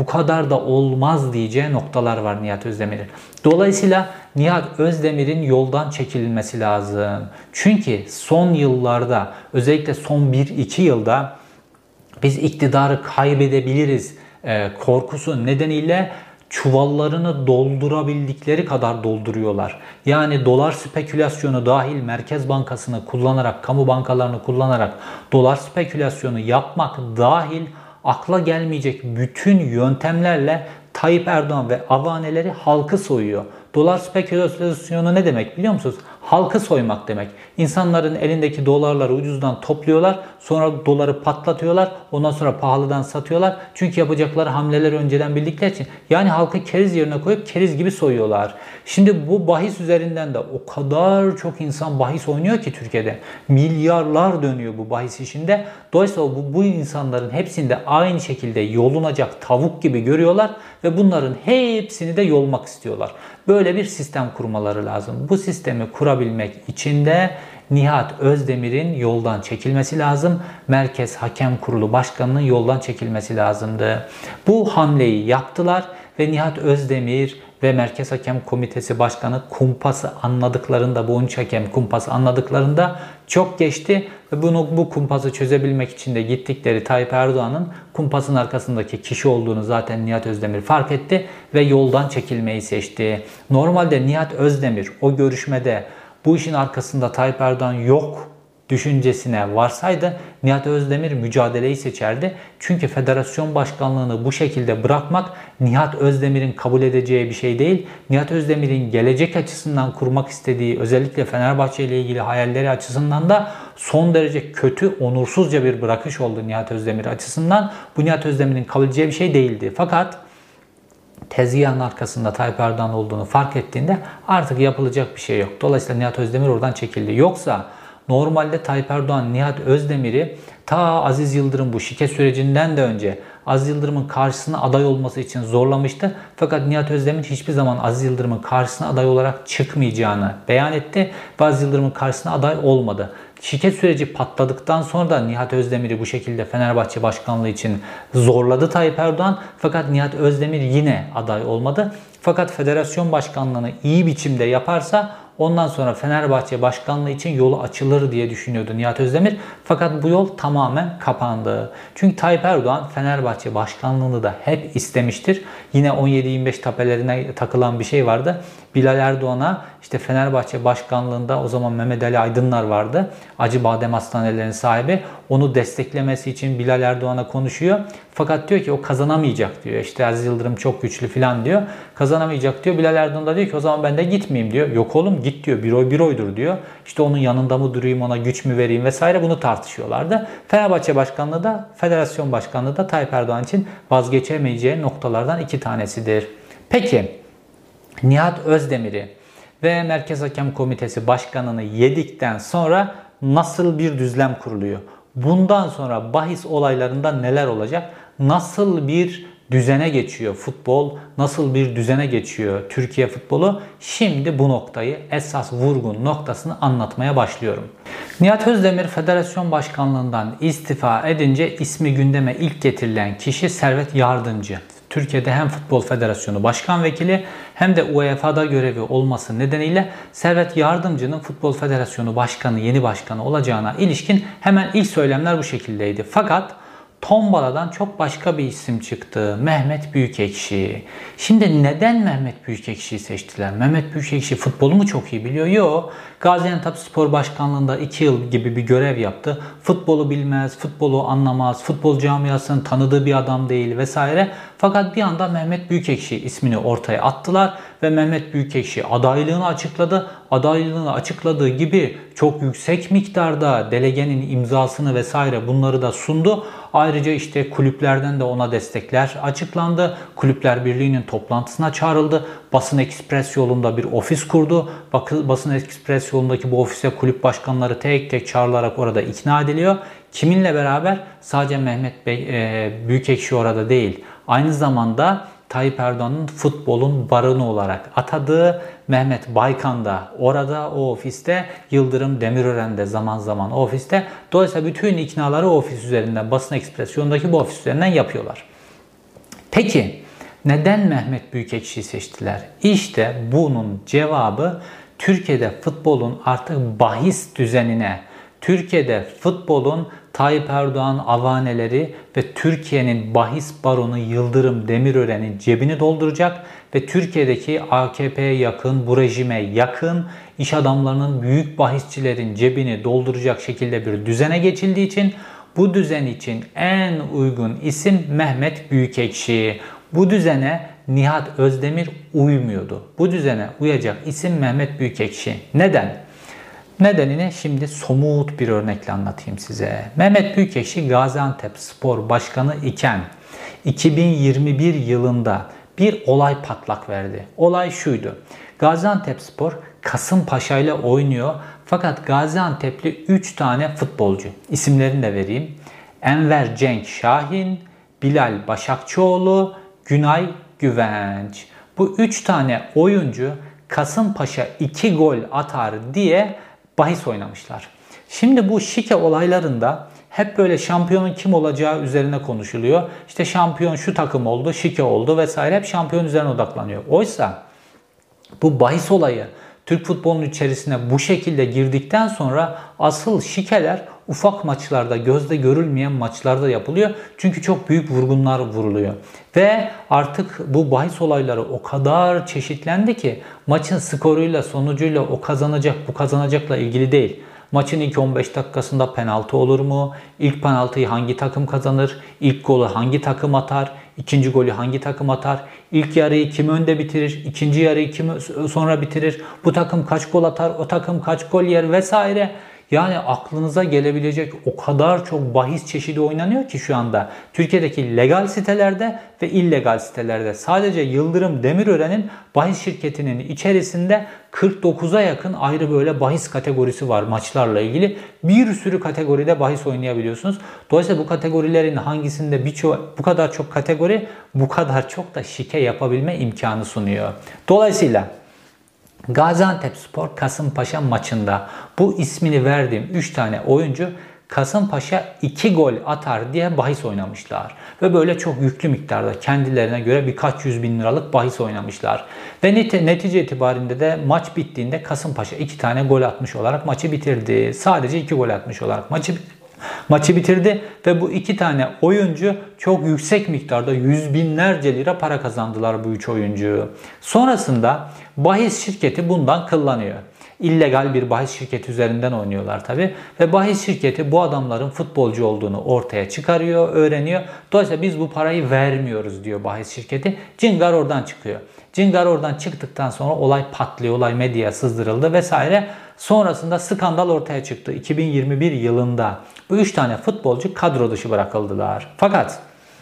S1: bu kadar da olmaz diyeceği noktalar var Nihat Özdemir'in. Dolayısıyla Nihat Özdemir'in yoldan çekilmesi lazım. Çünkü son yıllarda, özellikle son 1-2 yılda biz iktidarı kaybedebiliriz korkusu nedeniyle çuvallarını doldurabildikleri kadar dolduruyorlar. Yani dolar spekülasyonu dahil Merkez Bankası'nı kullanarak, kamu bankalarını kullanarak dolar spekülasyonu yapmak dahil akla gelmeyecek bütün yöntemlerle Tayyip Erdoğan ve avaneleri halkı soyuyor. Dolar spekülasyonu ne demek biliyor musunuz? Halkı soymak demek. İnsanların elindeki dolarları ucuzdan topluyorlar. Sonra doları patlatıyorlar. Ondan sonra pahalıdan satıyorlar. Çünkü yapacakları hamleleri önceden bildikleri için. Yani halkı keriz yerine koyup keriz gibi soyuyorlar. Şimdi bu bahis üzerinden de o kadar çok insan bahis oynuyor ki Türkiye'de. Milyarlar dönüyor bu bahis işinde. Dolayısıyla bu insanların hepsini de aynı şekilde yolunacak tavuk gibi görüyorlar. Ve bunların hepsini de yolmak istiyorlar. Böyle bir sistem kurmaları lazım. Bu sistemi kurabilmek için de Nihat Özdemir'in yoldan çekilmesi lazım. Merkez Hakem Kurulu Başkanı'nın yoldan çekilmesi lazımdı. Bu hamleyi yaptılar ve Nihat Özdemir ve Merkez Hakem Komitesi Başkanı kumpası anladıklarında, bu 13 hakem kumpası anladıklarında çok geçti ve bu kumpası çözebilmek için de gittikleri Tayyip Erdoğan'ın kumpasın arkasındaki kişi olduğunu zaten Nihat Özdemir fark etti ve yoldan çekilmeyi seçti. Normalde Nihat Özdemir o görüşmede bu işin arkasında Tayyip Erdoğan yok düşüncesine varsaydı Nihat Özdemir mücadeleyi seçerdi. Çünkü federasyon başkanlığını bu şekilde bırakmak Nihat Özdemir'in kabul edeceği bir şey değil. Nihat Özdemir'in gelecek açısından kurmak istediği, özellikle Fenerbahçe ile ilgili hayalleri açısından da son derece kötü, onursuzca bir bırakış oldu Nihat Özdemir açısından. Bu Nihat Özdemir'in kabul edeceği bir şey değildi. Fakat tezgahın arkasında Tayyip Erdoğan olduğunu fark ettiğinde artık yapılacak bir şey yok. Dolayısıyla Nihat Özdemir oradan çekildi. Yoksa normalde Tayyip Erdoğan Nihat Özdemir'i ta Aziz Yıldırım bu şike sürecinden de önce Aziz Yıldırım'ın karşısına aday olması için zorlamıştı. Fakat Nihat Özdemir hiçbir zaman Aziz Yıldırım'ın karşısına aday olarak çıkmayacağını beyan etti ve Aziz Yıldırım'ın karşısına aday olmadı. Şike süreci patladıktan sonra da Nihat Özdemir'i bu şekilde Fenerbahçe başkanlığı için zorladı Tayyip Erdoğan. Fakat Nihat Özdemir yine aday olmadı. Fakat federasyon başkanlığını iyi biçimde yaparsa ondan sonra Fenerbahçe başkanlığı için yolu açılır diye düşünüyordu Nihat Özdemir. Fakat bu yol tamamen kapandı. Çünkü Tayyip Erdoğan Fenerbahçe başkanlığını da hep istemiştir. Yine 17-25 tapelerine takılan bir şey vardı. Bilal Erdoğan'a işte Fenerbahçe başkanlığında o zaman Mehmet Ali Aydınlar vardı. Acıbadem Hastanelerinin sahibi. Onu desteklemesi için Bilal Erdoğan'a konuşuyor. Fakat diyor ki o kazanamayacak diyor. İşte Aziz Yıldırım çok güçlü falan diyor. Kazanamayacak diyor. Bilal Erdoğan da diyor ki o zaman ben de gitmeyeyim diyor. Yok oğlum git diyor. Bir oy bir oydur diyor. İşte onun yanında mı durayım, ona güç mü vereyim vesaire, bunu tartışıyorlardı. Fenerbahçe başkanlığı da federasyon başkanlığı da Tayyip Erdoğan için vazgeçemeyeceği noktalardan iki tanesidir. Peki Nihat Özdemir'i ve Merkez Hakem Komitesi Başkanı'nı yedikten sonra nasıl bir düzlem kuruluyor? Bundan sonra bahis olaylarında neler olacak? Nasıl bir düzene geçiyor futbol? Nasıl bir düzene geçiyor Türkiye futbolu? Şimdi bu noktayı, esas vurgun noktasını anlatmaya başlıyorum. Nihat Özdemir Federasyon Başkanlığından istifa edince ismi gündeme ilk getirilen kişi Servet Yardımcı. Türkiye'de hem Futbol Federasyonu Başkan Vekili hem de UEFA'da görevi olması nedeniyle Servet Yardımcı'nın Futbol Federasyonu Başkanı, yeni başkanı olacağına ilişkin hemen ilk söylemler bu şekildeydi. Fakat tombaladan çok başka bir isim çıktı. Mehmet Büyükekşi. Şimdi neden Mehmet Büyükekşi'yi seçtiler? Mehmet Büyükekşi futbolu mu çok iyi biliyor? Yok. Gaziantepspor Başkanlığı'nda 2 yıl gibi bir görev yaptı. Futbolu bilmez, futbolu anlamaz, futbol camiasının tanıdığı bir adam değil vesaire. Fakat bir anda Mehmet Büyükekşi ismini ortaya attılar ve Mehmet Büyükekşi adaylığını açıkladı. Adaylığını açıkladığı gibi çok yüksek miktarda delegenin imzasını vesaire bunları da sundu. Ayrıca işte kulüplerden de ona destekler açıklandı. Kulüpler Birliği'nin toplantısına çağrıldı. Basın Ekspres yolunda bir ofis kurdu. Basın Ekspres yolundaki bu ofise kulüp başkanları tek tek çağrılarak orada ikna ediliyor. Kiminle beraber? Sadece Mehmet Büyükekşi orada değil. Aynı zamanda Tayyip Erdoğan'ın futbolun baronu olarak atadığı Mehmet Baykan da orada, o ofiste, Yıldırım Demirören de zaman zaman o ofiste. Dolayısıyla bütün iknaları o ofis üzerinden, Basın Ekspres yolundaki bu ofis üzerinden yapıyorlar. Peki neden Mehmet Büyükekşi'yi seçtiler? İşte bunun cevabı Türkiye'de futbolun artık bahis düzenine, Türkiye'de futbolun Tayyip Erdoğan avaneleri ve Türkiye'nin bahis baronu Yıldırım Demirören'in cebini dolduracak ve Türkiye'deki AKP'ye yakın, bu rejime yakın iş adamlarının, büyük bahisçilerin cebini dolduracak şekilde bir düzene geçildiği için bu düzen için en uygun isim Mehmet Büyükekşi. Bu düzene Nihat Özdemir uymuyordu. Bu düzene uyacak isim Mehmet Büyükekşi. Neden? Nedenini şimdi somut bir örnekle anlatayım size. Mehmet Büyükekşi Gaziantepspor Başkanı iken 2021 yılında bir olay patlak verdi. Olay şuydu. Gaziantepspor Kasımpaşa ile oynuyor. Fakat Gaziantep'li 3 tane futbolcu, isimlerini de vereyim. Enver Cenk Şahin, Bilal Başakçıoğlu, Günay Güvenç. Bu 3 tane oyuncu Kasımpaşa 2 gol atar diye bahis oynamışlar. Şimdi bu şike olaylarında hep böyle şampiyonun kim olacağı üzerine konuşuluyor. İşte şampiyon şu takım oldu, şike oldu vesaire, hep şampiyon üzerine odaklanıyor. Oysa bu bahis olayı Türk futbolunun içerisine bu şekilde girdikten sonra asıl şikeler ufak maçlarda, gözde görülmeyen maçlarda yapılıyor. Çünkü çok büyük vurgunlar vuruluyor. Ve artık bu bahis olayları o kadar çeşitlendi ki maçın skoruyla, sonucuyla o kazanacak, bu kazanacakla ilgili değil. Maçın ilk 15 dakikasında penaltı olur mu? İlk penaltıyı hangi takım kazanır? İlk golü hangi takım atar? İkinci golü hangi takım atar? İlk yarıyı kim önde bitirir? İkinci yarıyı kim sonra bitirir? Bu takım kaç gol atar? O takım kaç gol yer vesaire. Yani aklınıza gelebilecek o kadar çok bahis çeşidi oynanıyor ki şu anda. Türkiye'deki legal sitelerde ve illegal sitelerde. Sadece Yıldırım Demirören'in bahis şirketinin içerisinde 49'a yakın ayrı böyle bahis kategorisi var maçlarla ilgili. Bir sürü kategoride bahis oynayabiliyorsunuz. Dolayısıyla bu kategorilerin hangisinde bu kadar çok kategori, bu kadar çok da şike yapabilme imkanı sunuyor. Dolayısıyla Gaziantepspor Kasımpaşa maçında bu ismini verdiğim 3 tane oyuncu Kasımpaşa 2 gol atar diye bahis oynamışlar. Ve böyle çok yüklü miktarda kendilerine göre birkaç 100 bin liralık bahis oynamışlar. Ve netice itibariyle de maç bittiğinde Kasımpaşa 2 tane gol atmış olarak maçı bitirdi. Sadece 2 gol atmış olarak maçı bitirdi ve bu 2 tane oyuncu çok yüksek miktarda yüz binlerce lira para kazandılar bu 3 oyuncu. Sonrasında bahis şirketi bundan kıllanıyor. İllegal bir bahis şirketi üzerinden oynuyorlar tabi. Ve bahis şirketi bu adamların futbolcu olduğunu ortaya çıkarıyor, öğreniyor. Dolayısıyla biz bu parayı vermiyoruz diyor bahis şirketi. Cingar oradan çıkıyor. Cingar oradan çıktıktan sonra olay patlıyor, olay medyaya sızdırıldı vesaire. Sonrasında skandal ortaya çıktı. 2021 yılında bu 3 tane futbolcu kadro dışı bırakıldılar. Fakat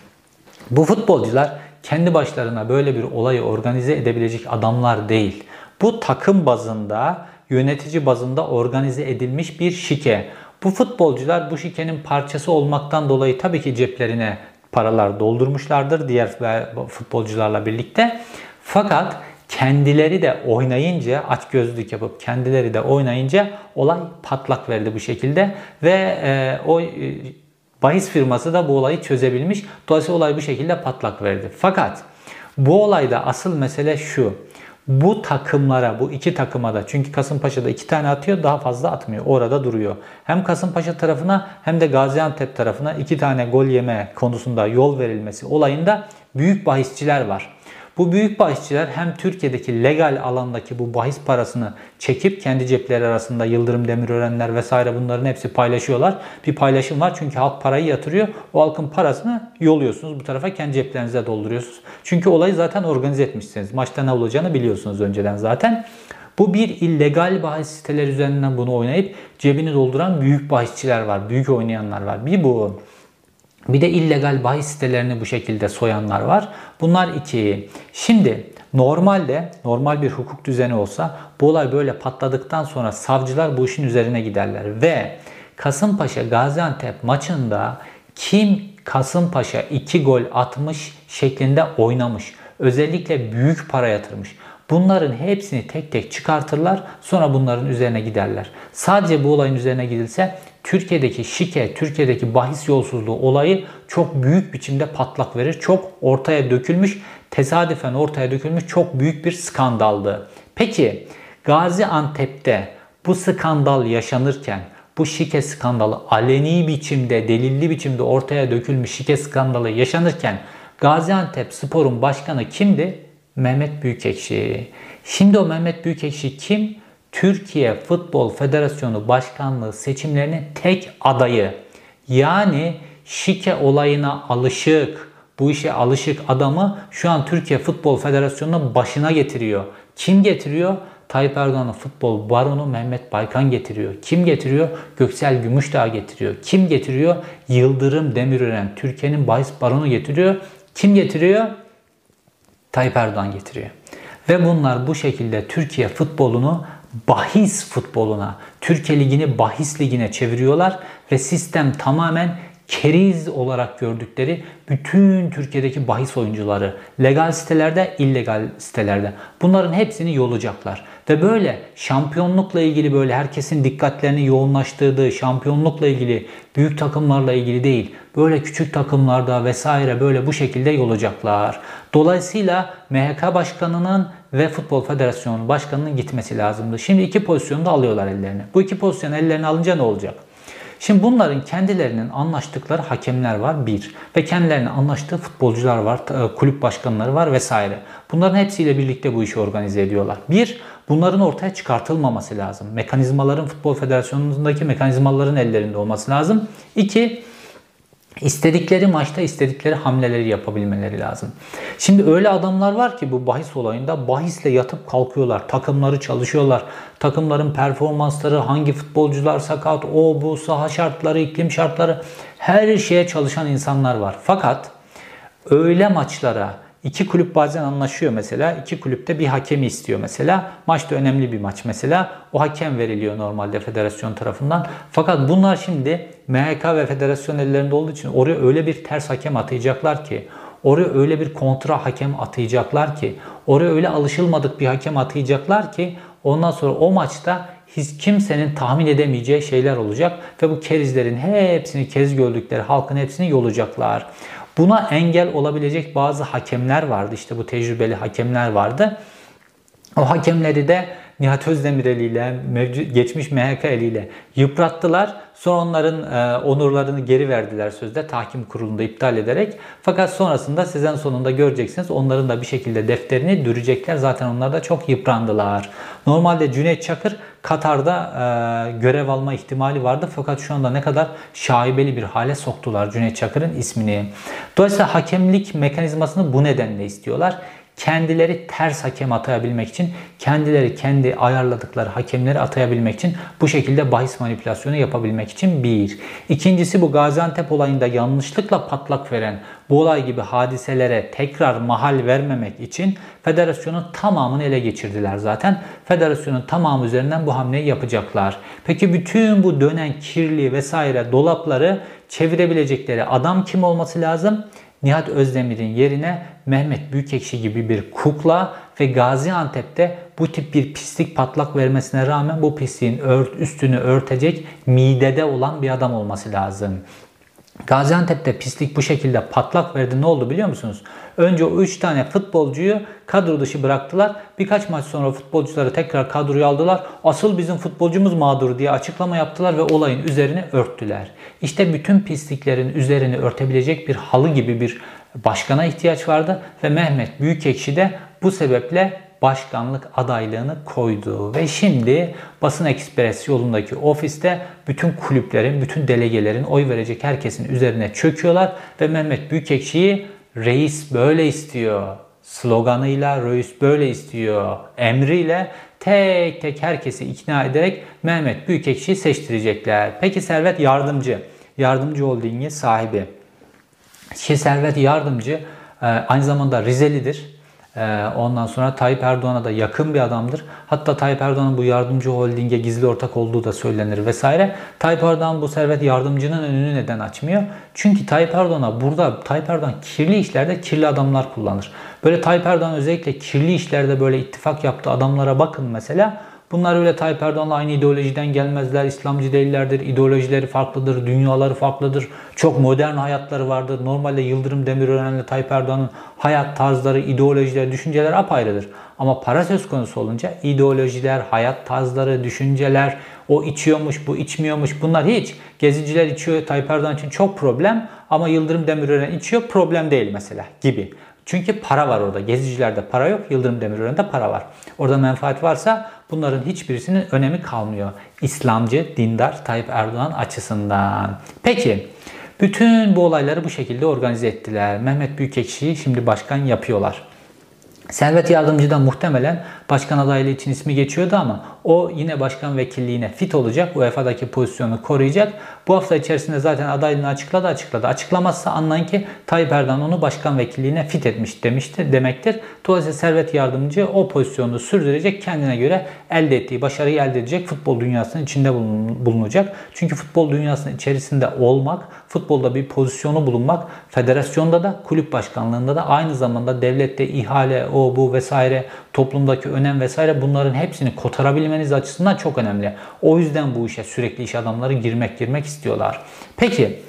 S1: bu futbolcular kendi başlarına böyle bir olayı organize edebilecek adamlar değil. Bu takım bazında, yönetici bazında organize edilmiş bir şike. Bu futbolcular bu şikenin parçası olmaktan dolayı tabii ki ceplerine paralar doldurmuşlardır diğer futbolcularla birlikte. Fakat kendileri de oynayınca, açgözlülük yapıp kendileri de oynayınca olay patlak verdi bu şekilde ve bahis firması da bu olayı çözebilmiş. Dolayısıyla olay bu şekilde patlak verdi. Fakat bu olayda asıl mesele şu. Bu takımlara, bu 2 takıma da, çünkü Kasımpaşa'da 2 tane atıyor, daha fazla atmıyor. Orada duruyor. Hem Kasımpaşa tarafına hem de Gaziantep tarafına 2 tane gol yeme konusunda yol verilmesi olayında büyük bahisçiler var. Bu büyük bahisçiler hem Türkiye'deki legal alandaki bu bahis parasını çekip kendi cepleri arasında Yıldırım Demirörenler vesaire bunların hepsi paylaşıyorlar. Bir paylaşım var çünkü halk parayı yatırıyor. O halkın parasını yolluyorsunuz bu tarafa, kendi ceplerinize dolduruyorsunuz. Çünkü olayı zaten organize etmişsiniz. Maçta ne olacağını biliyorsunuz önceden zaten. Bu bir illegal bahis siteleri üzerinden bunu oynayıp cebini dolduran büyük bahisçiler var. Büyük oynayanlar var. Bir bu. Bir de illegal bahis sitelerini bu şekilde soyanlar var. Bunlar 2. Şimdi normalde normal bir hukuk düzeni olsa bu olay böyle patladıktan sonra savcılar bu işin üzerine giderler. Ve Kasımpaşa Gaziantep maçında kim Kasımpaşa 2 gol atmış şeklinde oynamış, özellikle büyük para yatırmış, bunların hepsini tek tek çıkartırlar, sonra bunların üzerine giderler. Sadece bu olayın üzerine gidilse Türkiye'deki şike, Türkiye'deki bahis yolsuzluğu olayı çok büyük biçimde patlak verir. Çok ortaya dökülmüş, tesadüfen ortaya dökülmüş çok büyük bir skandaldı. Peki Gaziantep'te bu skandal yaşanırken, bu şike skandalı aleni biçimde, delilli biçimde ortaya dökülmüş şike skandalı yaşanırken Gaziantepspor'un başkanı kimdi? Mehmet Büyükekşi. Şimdi o Mehmet Büyükekşi kim? Türkiye Futbol Federasyonu Başkanlığı seçimlerinin tek adayı. Yani şike olayına alışık, bu işe alışık adamı şu an Türkiye Futbol Federasyonu'nun başına getiriyor. Kim getiriyor? Tayyip Erdoğan'ın futbol baronu Mehmet Baykan getiriyor. Kim getiriyor? Göksel Gümüşdağ getiriyor. Kim getiriyor? Yıldırım Demirören, Türkiye'nin bahis baronu getiriyor. Kim getiriyor? Tayyip Erdoğan getiriyor. Ve bunlar bu şekilde Türkiye futbolunu bahis futboluna, Türkiye Ligi'ni bahis ligine çeviriyorlar ve sistem tamamen keriz olarak gördükleri bütün Türkiye'deki bahis oyuncuları legal sitelerde, illegal sitelerde bunların hepsini yolacaklar. Ve böyle şampiyonlukla ilgili böyle herkesin dikkatlerini yoğunlaştırdığı şampiyonlukla ilgili büyük takımlarla ilgili değil, böyle küçük takımlarda vesaire böyle bu şekilde yolacaklar. Dolayısıyla MHK Başkanı'nın ve Futbol Federasyonu Başkanı'nın gitmesi lazımdı. Şimdi iki pozisyonu da alıyorlar ellerine. Bu iki pozisyonu ellerine alınca ne olacak? Şimdi bunların kendilerinin anlaştıkları hakemler var bir ve kendilerinin anlaştığı futbolcular var, kulüp başkanları var vesaire. Bunların hepsiyle birlikte bu işi organize ediyorlar. Bir, bunların ortaya çıkartılmaması lazım. Mekanizmaların Futbol Federasyonu'ndaki mekanizmaların ellerinde olması lazım. İki, İstedikleri maçta istedikleri hamleleri yapabilmeleri lazım. Şimdi öyle adamlar var ki bu bahis olayında bahisle yatıp kalkıyorlar. Takımları çalışıyorlar. Takımların performansları, hangi futbolcular sakat, o bu saha şartları, iklim şartları her şeye çalışan insanlar var. Fakat öyle maçlara iki kulüp bazen anlaşıyor mesela. İki kulüpte bir hakemi istiyor mesela. Maçta önemli bir maç mesela. O hakem veriliyor normalde federasyon tarafından. Fakat bunlar şimdi MHK ve federasyon ellerinde olduğu için oraya öyle bir ters hakem atayacaklar ki, oraya öyle bir kontra hakem atayacaklar ki, oraya öyle alışılmadık bir hakem atayacaklar ki ondan sonra o maçta hiç kimsenin tahmin edemeyeceği şeyler olacak ve bu kerizlerin hepsini, keriz gördükleri halkın hepsini yolacaklar. Buna engel olabilecek bazı hakemler vardı. İşte bu tecrübeli hakemler vardı. O hakemleri de Nihat Özdemir eliyle, geçmiş MHK eliyle yıprattılar. Sonra onların onurlarını geri verdiler sözde tahkim kurulunda iptal ederek. Fakat sonrasında sezon sonunda göreceksiniz onların da bir şekilde defterini dürecekler. Zaten onlar da çok yıprandılar. Normalde Cüneyt Çakır Katar'da görev alma ihtimali vardı. Fakat şu anda ne kadar şaibeli bir hale soktular Cüneyt Çakır'ın ismini. Dolayısıyla hakemlik mekanizmasını bu nedenle istiyorlar. Kendileri ters hakem atayabilmek için, kendileri kendi ayarladıkları hakemleri atayabilmek için, bu şekilde bahis manipülasyonu yapabilmek için bir. İkincisi bu Gaziantep olayında yanlışlıkla patlak veren bu olay gibi hadiselere tekrar mahal vermemek için federasyonun tamamını ele geçirdiler zaten. Federasyonun tamamı üzerinden bu hamleyi yapacaklar. Peki bütün bu dönen kirli vesaire dolapları çevirebilecekleri adam kim olması lazım? Nihat Özdemir'in yerine Mehmet Büyükekşi gibi bir kukla ve Gaziantep'te bu tip bir pislik patlak vermesine rağmen bu pisliğin üstünü örtecek midede olan bir adam olması lazım. Gaziantep'te pislik bu şekilde patlak verdi. Ne oldu biliyor musunuz? Önce o 3 tane futbolcuyu kadro dışı bıraktılar. Birkaç maç sonra futbolcuları tekrar kadroya aldılar. Asıl bizim futbolcumuz mağdur diye açıklama yaptılar ve olayın üzerini örttüler. İşte bütün pisliklerin üzerini örtebilecek bir halı gibi bir başkana ihtiyaç vardı ve Mehmet Büyükekşi de bu sebeple başkanlık adaylığını koydu. Ve şimdi Basın Ekspres yolundaki ofiste bütün kulüplerin, bütün delegelerin, oy verecek herkesin üzerine çöküyorlar ve Mehmet Büyükekşi'yi reis böyle istiyor sloganıyla, reis böyle istiyor emriyle tek tek herkesi ikna ederek Mehmet Büyükekşi'yi seçtirecekler. Peki Servet Yardımcı Holding'i sahibi. Servet Yardımcı aynı zamanda Rizelidir. Ondan sonra Tayyip Erdoğan'a da yakın bir adamdır. Hatta Tayyip Erdoğan'ın bu Yardımcı Holding'e gizli ortak olduğu da söylenir vesaire. Tayyip Erdoğan bu Servet Yardımcı'nın önünü neden açmıyor? Çünkü Tayyip Erdoğan kirli işlerde kirli adamlar kullanır. Böyle Tayyip Erdoğan özellikle kirli işlerde böyle ittifak yaptığı adamlara bakın mesela. Bunlar öyle Tayyip Erdoğan'la aynı ideolojiden gelmezler. İslamcı değillerdir. İdeolojileri farklıdır. Dünyaları farklıdır. Çok modern hayatları vardır. Normalde Yıldırım Demirören'le Tayyip Erdoğan'ın hayat tarzları, ideolojileri, düşünceler apayrıdır. Ama para söz konusu olunca ideolojiler, hayat tarzları, düşünceler, o içiyormuş, bu içmiyormuş, bunlar hiç. Geziciler içiyor, Tayyip Erdoğan için çok problem ama Yıldırım Demirören içiyor, problem değil mesela gibi. Çünkü para var orada. Gezicilerde para yok, Yıldırım Demirören'de para var. Orada menfaat varsa bunların hiçbirisinin önemi kalmıyor. İslamcı, dindar Tayyip Erdoğan açısından. Peki, bütün bu olayları bu şekilde organize ettiler. Mehmet Büyükekşi'yi şimdi başkan yapıyorlar. Servet Yardımcı da muhtemelen başkan adaylığı için ismi geçiyordu ama o yine başkan vekilliğine fit olacak. UEFA'daki pozisyonu koruyacak. Bu hafta içerisinde zaten adaylığını açıkladı. Açıklamazsa anlayın ki Tayyip Erdoğan onu başkan vekilliğine fit etmiş demektir. Dolayısıyla Servet Yardımcı o pozisyonu sürdürecek. Kendine göre elde ettiği başarıyı elde edecek. Futbol dünyasının içinde bulunacak. Çünkü futbol dünyasının içerisinde olmak, futbolda bir pozisyonu bulunmak, federasyonda da kulüp başkanlığında da aynı zamanda devlette ihale, o bu vesaire, toplumdaki önem vesaire, bunların hepsini kotarabilmeniz açısından çok önemli. O yüzden bu işe sürekli iş adamları girmek istiyorlar. Peki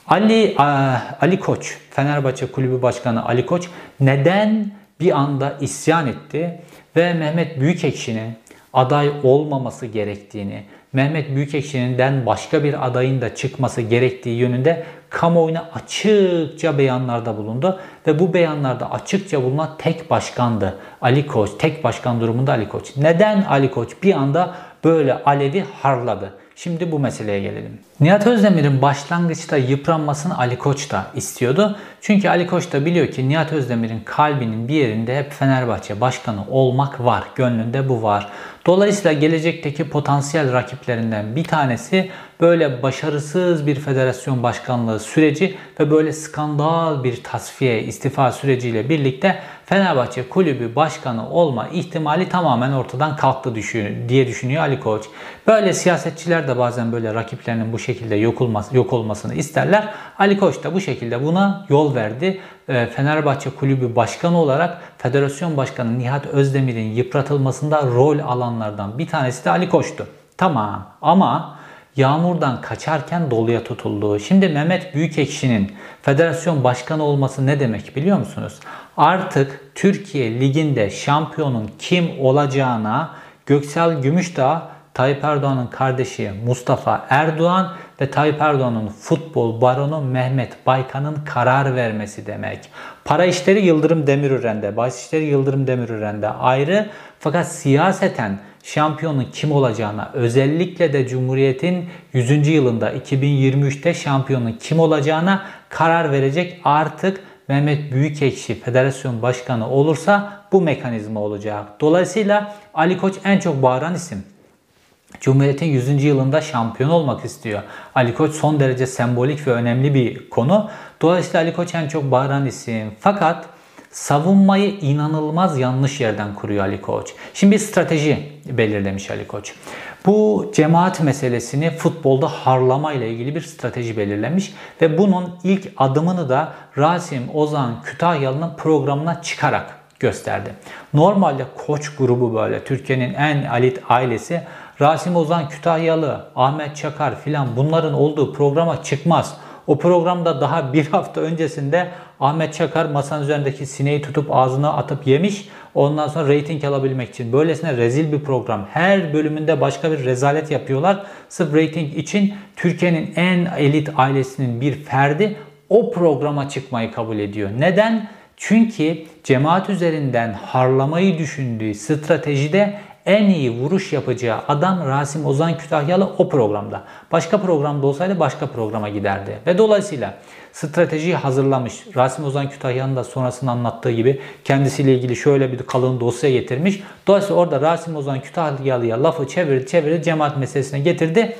S1: Ali Koç, Fenerbahçe Kulübü Başkanı Ali Koç neden bir anda isyan etti ve Mehmet Büyükekşi'nin aday olmaması gerektiğini, Mehmet Büyükekşi'nden başka bir adayın da çıkması gerektiği yönünde kamuoyuna açıkça beyanlarda bulundu ve bu beyanlarda açıkça bulunan tek başkandı Ali Koç. Tek başkan durumunda Ali Koç. Neden Ali Koç bir anda böyle alevi harladı? Şimdi bu meseleye gelelim. Nihat Özdemir'in başlangıçta yıpranmasını Ali Koç da istiyordu. Çünkü Ali Koç da biliyor ki Nihat Özdemir'in kalbinin bir yerinde hep Fenerbahçe başkanı olmak var. Gönlünde bu var. Dolayısıyla gelecekteki potansiyel rakiplerinden bir tanesi böyle başarısız bir federasyon başkanlığı süreci ve böyle skandal bir tasfiye, istifa süreciyle birlikte Fenerbahçe kulübü başkanı olma ihtimali tamamen ortadan kalktı diye düşünüyor Ali Koç. Böyle siyasetçiler de bazen böyle rakiplerinin bu şekilde yok olmasını isterler. Ali Koç da bu şekilde buna yol verdi. Fenerbahçe kulübü başkanı olarak Federasyon Başkanı Nihat Özdemir'in yıpratılmasında rol alanlardan bir tanesi de Ali Koç'tu. Tamam ama yağmurdan kaçarken doluya tutuldu. Şimdi Mehmet Büyükekşi'nin federasyon başkanı olması ne demek biliyor musunuz? Artık Türkiye Ligi'nde şampiyonun kim olacağına Göksel Gümüşdağ, Tayyip Erdoğan'ın kardeşi Mustafa Erdoğan ve Tayyip Erdoğan'ın futbol baronu Mehmet Baykan'ın karar vermesi demek. Para işleri Yıldırım Demirören'de, bahis işleri Yıldırım Demirören'de ayrı. Fakat siyaseten şampiyonun kim olacağına, özellikle de Cumhuriyet'in 100. yılında 2023'te şampiyonun kim olacağına karar verecek artık Mehmet Büyükekşi federasyon başkanı olursa bu mekanizma olacak. Dolayısıyla Ali Koç en çok bağıran isim. Cumhuriyet'in 100. yılında şampiyon olmak istiyor. Ali Koç son derece sembolik ve önemli bir konu. Dolayısıyla Ali Koç en çok bağıran isim. Fakat savunmayı inanılmaz yanlış yerden kuruyor Ali Koç. Şimdi bir strateji belirlemiş Ali Koç. Bu cemaat meselesini futbolda harlama ile ilgili bir strateji belirlemiş ve bunun ilk adımını da Rasim Ozan Kütahyalı'nın programına çıkarak gösterdi. Normalde Koç grubu böyle Türkiye'nin en elit ailesi Rasim Ozan Kütahyalı, Ahmet Çakar filan bunların olduğu programa çıkmaz. O programda daha bir hafta öncesinde Ahmet Çakar masanın üzerindeki sineği tutup ağzına atıp yemiş. Ondan sonra reyting alabilmek için. Böylesine rezil bir program. Her bölümünde başka bir rezalet yapıyorlar. Sırf reyting için Türkiye'nin en elit ailesinin bir ferdi o programa çıkmayı kabul ediyor. Neden? Çünkü cemaat üzerinden harlamayı düşündüğü stratejide en iyi vuruş yapacağı adam Rasim Ozan Kütahyalı o programda. Başka programda olsaydı başka programa giderdi. Ve dolayısıyla stratejiyi hazırlamış. Rasim Ozan Kütahyalı'nın da sonrasında anlattığı gibi kendisiyle ilgili şöyle bir kalın dosya getirmiş. Dolayısıyla orada Rasim Ozan Kütahyalı'ya lafı çevirdi cemaat meselesine getirdi.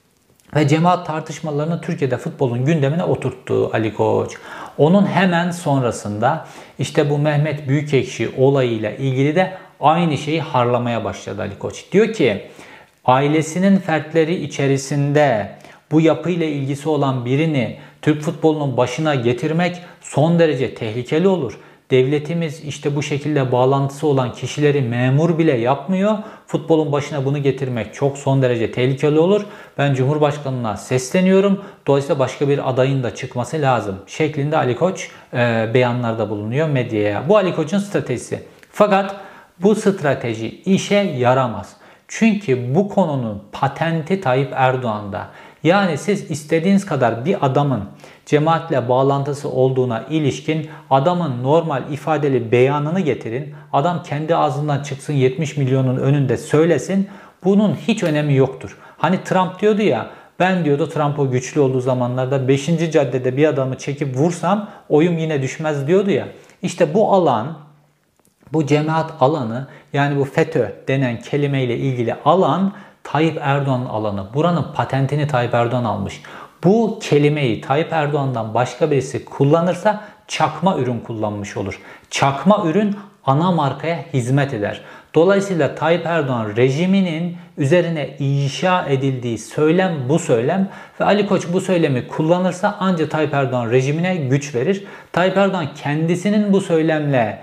S1: Ve cemaat tartışmalarını Türkiye'de futbolun gündemine oturttu Ali Koç. Onun hemen sonrasında işte bu Mehmet Büyükekşi olayıyla ilgili de aynı şeyi harlamaya başladı Ali Koç. Diyor ki ailesinin fertleri içerisinde bu yapıyla ilgisi olan birini Türk futbolunun başına getirmek son derece tehlikeli olur. Devletimiz işte bu şekilde bağlantısı olan kişileri memur bile yapmıyor. Futbolun başına bunu getirmek çok son derece tehlikeli olur. Ben Cumhurbaşkanı'na sesleniyorum. Dolayısıyla başka bir adayın da çıkması lazım şeklinde Ali Koç beyanlarda bulunuyor medyaya. Bu Ali Koç'un stratejisi. Fakat bu strateji işe yaramaz. Çünkü bu konunun patenti Tayyip Erdoğan'da. Yani siz istediğiniz kadar bir adamın cemaatle bağlantısı olduğuna ilişkin adamın normal ifadeli beyanını getirin. Adam kendi ağzından çıksın 70 milyonun önünde söylesin. Bunun hiç önemi yoktur. Hani Trump diyordu ya, ben diyordu Trump o güçlü olduğu zamanlarda 5. caddede bir adamı çekip vursam oyum yine düşmez diyordu ya. İşte bu alan, bu cemaat alanı, yani bu FETÖ denen kelimeyle ilgili alan Tayyip Erdoğan'ın alanı. Buranın patentini Tayyip Erdoğan almış. Bu kelimeyi Tayyip Erdoğan'dan başka birisi kullanırsa çakma ürün kullanmış olur. Çakma ürün ana markaya hizmet eder. Dolayısıyla Tayyip Erdoğan rejiminin üzerine inşa edildiği söylem bu söylem ve Ali Koç bu söylemi kullanırsa ancak Tayyip Erdoğan rejimine güç verir. Tayyip Erdoğan kendisinin bu söylemle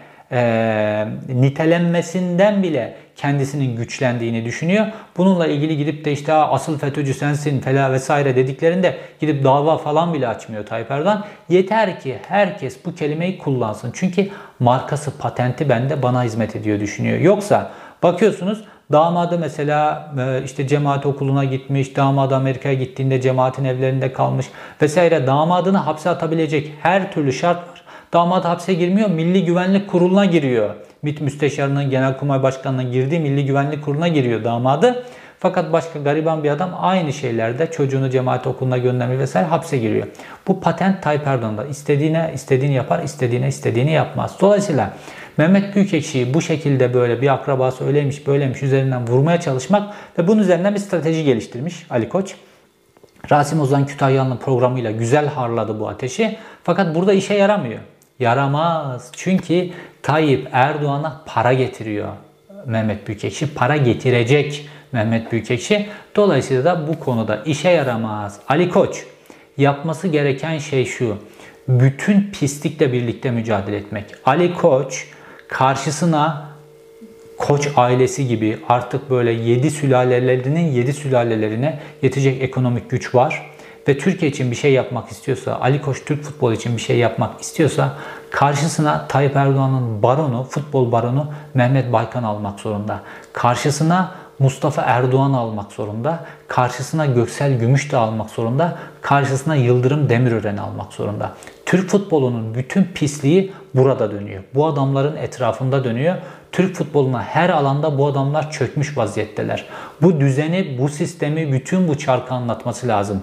S1: nitelenmesinden bile kendisinin güçlendiğini düşünüyor. Bununla ilgili gidip de işte asıl FETÖ'cü sensin falan vesaire dediklerinde gidip dava falan bile açmıyor Tayyip Erdoğan. Yeter ki herkes bu kelimeyi kullansın. Çünkü markası, patenti bende, bana hizmet ediyor düşünüyor. Yoksa bakıyorsunuz damadı mesela işte cemaat okuluna gitmiş, damadı Amerika'ya gittiğinde cemaatin evlerinde kalmış vesaire, damadını hapse atabilecek her türlü şart var. Damat hapse girmiyor, Milli Güvenlik Kurulu'na giriyor. MİT Müsteşarı'nın, Genelkurmay Başkanı'nın girdiği Milli Güvenlik Kurulu'na giriyor damadı. Fakat başka gariban bir adam aynı şeylerde çocuğunu cemaat okuluna göndermiş vesaire hapse giriyor. Bu patent Tayyip Erdoğan'da. İstediğini yapar, istediğini yapmaz. Dolayısıyla Mehmet Büyükekşi'yi bu şekilde böyle bir akrabası öyleymiş böyleymiş üzerinden vurmaya çalışmak ve bunun üzerinden bir strateji geliştirmiş Ali Koç. Rasim Ozan Kütahyalı'nın programıyla güzel harladı bu ateşi. Fakat burada işe yaramıyor. Yaramaz. Çünkü Tayyip Erdoğan'a para getiriyor Mehmet Büyükekşi. Para getirecek Mehmet Büyükekşi. Dolayısıyla da bu konuda işe yaramaz. Ali Koç yapması gereken şey şu: bütün pislikle birlikte mücadele etmek. Ali Koç karşısına Koç ailesi gibi artık böyle 7 sülalelerinin 7 sülalelerine yetecek ekonomik güç var. Ve Türkiye için bir şey yapmak istiyorsa, Ali Koç Türk futbolu için bir şey yapmak istiyorsa karşısına Tayyip Erdoğan'ın baronu, futbol baronu Mehmet Baykan almak zorunda. Karşısına Mustafa Erdoğan almak zorunda. Karşısına Göksel Gümüşdağ almak zorunda. Karşısına Yıldırım Demirören almak zorunda. Türk futbolunun bütün pisliği burada dönüyor. Bu adamların etrafında dönüyor. Türk futboluna her alanda bu adamlar çökmüş vaziyetteler. Bu düzeni, bu sistemi, bütün bu çarkı anlatması lazım.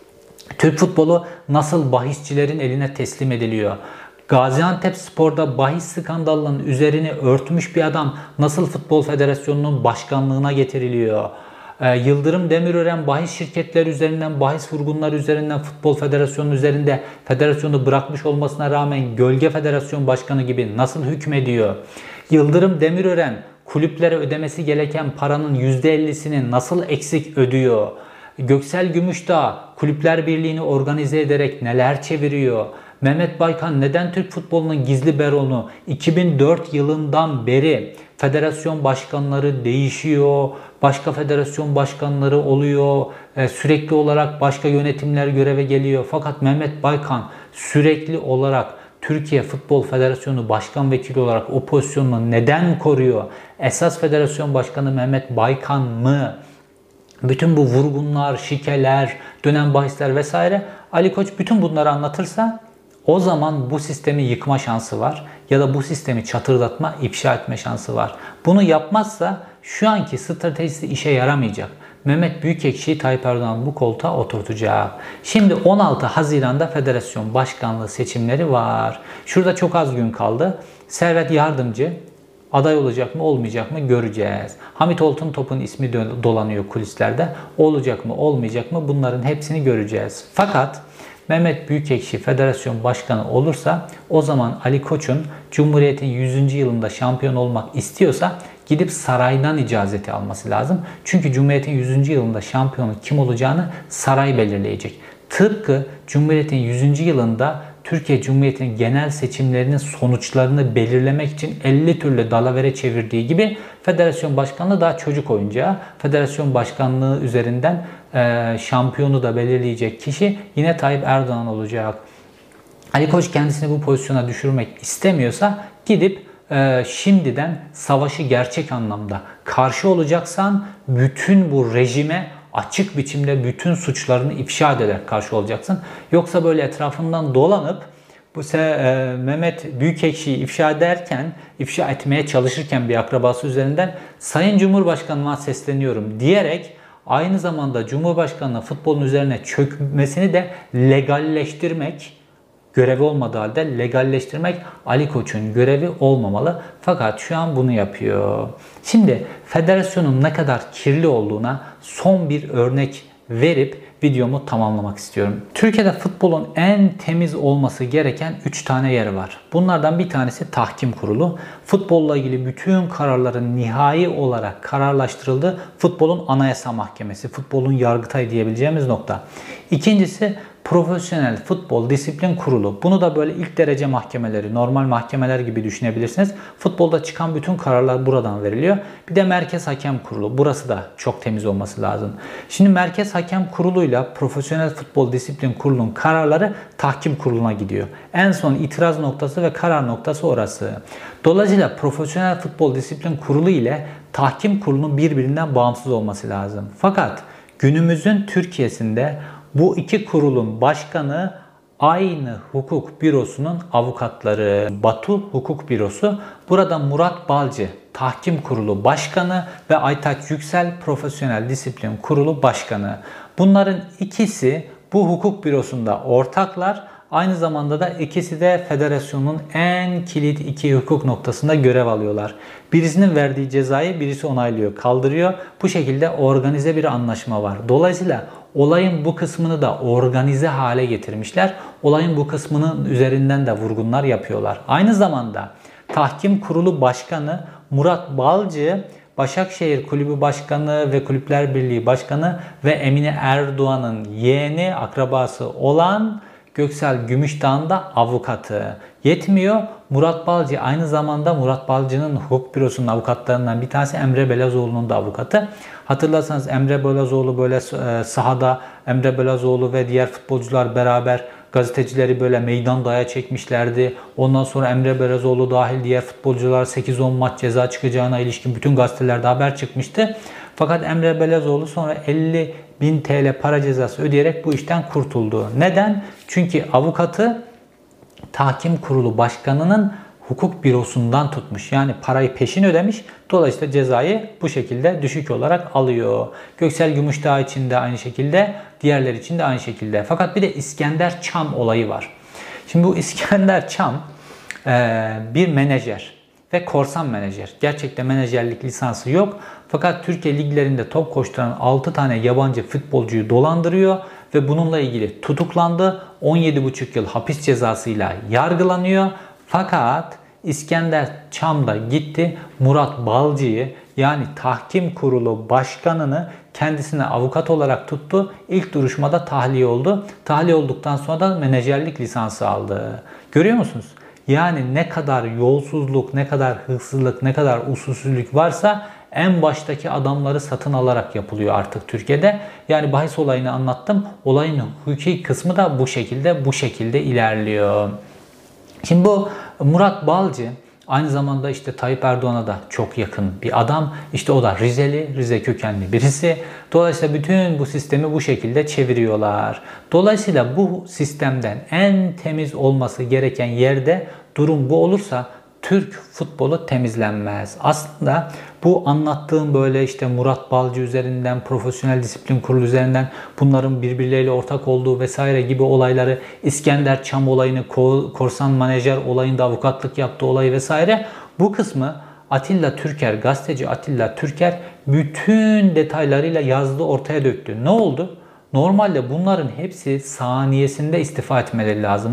S1: Türk futbolu nasıl bahisçilerin eline teslim ediliyor? Gaziantepspor'da bahis skandalının üzerini örtmüş bir adam nasıl Futbol Federasyonu'nun başkanlığına getiriliyor? Yıldırım Demirören bahis şirketleri üzerinden, bahis vurgunları üzerinden Futbol Federasyonu üzerinde federasyonu bırakmış olmasına rağmen gölge federasyon başkanı gibi nasıl hükmediyor? Yıldırım Demirören kulüplere ödemesi gereken paranın %50'sini nasıl eksik ödüyor? Göksel Gümüşdağ Kulüpler Birliği'ni organize ederek neler çeviriyor? Mehmet Baykan neden Türk futbolunun gizli baronu? 2004 yılından beri federasyon başkanları değişiyor, başka federasyon başkanları oluyor, sürekli olarak başka yönetimler göreve geliyor. Fakat Mehmet Baykan sürekli olarak Türkiye Futbol Federasyonu Başkan Vekili olarak o pozisyonunu neden koruyor? Esas federasyon başkanı Mehmet Baykan mı? Bütün bu vurgunlar, şikeler, dönen bahisler vesaire, Ali Koç bütün bunları anlatırsa o zaman bu sistemi yıkma şansı var ya da bu sistemi çatırdatma, ifşa etme şansı var. Bunu yapmazsa şu anki stratejisi işe yaramayacak. Mehmet Büyükekşi'yi Tayyip Erdoğan bu koltuğa oturtacak. Şimdi 16 Haziran'da federasyon başkanlığı seçimleri var. Şurada çok az gün kaldı. Servet Yardımcı aday olacak mı olmayacak mı göreceğiz. Hamit Altıntop'un ismi dolanıyor kulislerde. Olacak mı olmayacak mı bunların hepsini göreceğiz. Fakat Mehmet Büyükekşi federasyon başkanı olursa o zaman Ali Koç'un Cumhuriyet'in 100. yılında şampiyon olmak istiyorsa gidip saraydan icazeti alması lazım. Çünkü Cumhuriyet'in 100. yılında şampiyonun kim olacağını saray belirleyecek. Tıpkı Cumhuriyet'in 100. yılında Türkiye Cumhuriyeti'nin genel seçimlerinin sonuçlarını belirlemek için 50 türlü dalavere çevirdiği gibi federasyon başkanlığı daha çocuk oyuncağı. Federasyon başkanlığı üzerinden şampiyonu da belirleyecek kişi yine Tayyip Erdoğan olacak. Ali Koç kendisini bu pozisyona düşürmek istemiyorsa gidip şimdiden savaşı gerçek anlamda karşı olacaksan bütün bu rejime açık biçimde bütün suçlarını ifşa ederek karşı olacaksın. Yoksa böyle etrafından dolanıp bu Mehmet Büyükekşi'yi ifşa etmeye çalışırken bir akrabası üzerinden Sayın Cumhurbaşkanıma sesleniyorum diyerek aynı zamanda Cumhurbaşkanı'nın futbolun üzerine çökmesini de legalleştirmek, görevi olmadığı halde legalleştirmek Ali Koç'un görevi olmamalı. Fakat şu an bunu yapıyor. Şimdi federasyonun ne kadar kirli olduğuna son bir örnek verip videomu tamamlamak istiyorum. Türkiye'de futbolun en temiz olması gereken 3 tane yer var. Bunlardan bir tanesi tahkim kurulu. Futbolla ilgili bütün kararların nihai olarak kararlaştırıldığı futbolun anayasa mahkemesi, futbolun yargıtay diyebileceğimiz nokta. İkincisi Profesyonel Futbol Disiplin Kurulu. Bunu da böyle ilk derece mahkemeleri, normal mahkemeler gibi düşünebilirsiniz. Futbolda çıkan bütün kararlar buradan veriliyor. Bir de Merkez Hakem Kurulu. Burası da çok temiz olması lazım. Şimdi Merkez Hakem Kurulu'yla Profesyonel Futbol Disiplin Kurulu'nun kararları tahkim kuruluna gidiyor. En son itiraz noktası ve karar noktası orası. Dolayısıyla Profesyonel Futbol Disiplin Kurulu ile tahkim kurulunun birbirinden bağımsız olması lazım. Fakat günümüzün Türkiye'sinde bu iki kurulun başkanı aynı hukuk bürosunun avukatları. Batu Hukuk Bürosu. Burada Murat Balcı Tahkim Kurulu Başkanı ve Aytaç Yüksel Profesyonel Disiplin Kurulu Başkanı. Bunların ikisi bu hukuk bürosunda ortaklar. Aynı zamanda da ikisi de federasyonun en kilit iki hukuk noktasında görev alıyorlar. Birisinin verdiği cezayı birisi onaylıyor, kaldırıyor. Bu şekilde organize bir anlaşma var. Dolayısıyla olayın bu kısmını da organize hale getirmişler. Olayın bu kısmının üzerinden de vurgunlar yapıyorlar. Aynı zamanda Tahkim Kurulu Başkanı Murat Balcı, Başakşehir Kulübü Başkanı ve Kulüpler Birliği Başkanı ve Emine Erdoğan'ın yeğeni, akrabası olan Göksel Gümüşdağ'ın da avukatı. Yetmiyor. Murat Balcı aynı zamanda Murat Balcı'nın hukuk bürosunun avukatlarından bir tanesi Emre Belezoğlu'nun da avukatı. Hatırlarsanız Emre Belezoğlu böyle sahada Emre Belezoğlu ve diğer futbolcular beraber gazetecileri böyle meydan daya çekmişlerdi. Ondan sonra Emre Belezoğlu dahil diğer futbolcular 8-10 maç ceza çıkacağına ilişkin bütün gazetelerde haber çıkmıştı. Fakat Emre Belezoğlu sonra 50.000 TL para cezası ödeyerek bu işten kurtuldu. Neden? Çünkü avukatı Tahkim Kurulu Başkanı'nın hukuk bürosundan tutmuş. Yani parayı peşin ödemiş. Dolayısıyla cezayı bu şekilde düşük olarak alıyor. Göksel Gümüşdağ için de aynı şekilde, diğerler için de aynı şekilde. Fakat bir de İskender Çam olayı var. Şimdi bu İskender Çam bir menajer ve korsan menajer. Gerçekten menajerlik lisansı yok. Fakat Türkiye liglerinde top koşturan 6 tane yabancı futbolcuyu dolandırıyor ve bununla ilgili tutuklandı. 17,5 yıl hapis cezasıyla yargılanıyor. Fakat İskender Çam da gitti Murat Balcı'yı, yani Tahkim Kurulu Başkanı'nı kendisine avukat olarak tuttu. İlk duruşmada tahliye oldu. Tahliye olduktan sonra da menajerlik lisansı aldı. Görüyor musunuz? Yani ne kadar yolsuzluk, ne kadar hırsızlık, ne kadar usulsüzlük varsa en baştaki adamları satın alarak yapılıyor artık Türkiye'de. Yani bahis olayını anlattım. Olayın hukuki kısmı da bu şekilde ilerliyor. Şimdi bu Murat Balcı aynı zamanda işte Tayyip Erdoğan'a da çok yakın bir adam. İşte o da Rize kökenli birisi. Dolayısıyla bütün bu sistemi bu şekilde çeviriyorlar. Dolayısıyla bu sistemden en temiz olması gereken yerde durum bu olursa Türk futbolu temizlenmez. Aslında bu anlattığım böyle işte Murat Balcı üzerinden, Profesyonel Disiplin Kurulu üzerinden bunların birbirleriyle ortak olduğu vesaire gibi olayları, İskender Çam olayını, korsan menajer olayında avukatlık yaptığı olayı vesaire, bu kısmı Atilla Türker, gazeteci Atilla Türker bütün detaylarıyla yazdı, ortaya döktü. Ne oldu? Normalde bunların hepsi saniyesinde istifa etmeleri lazımdı.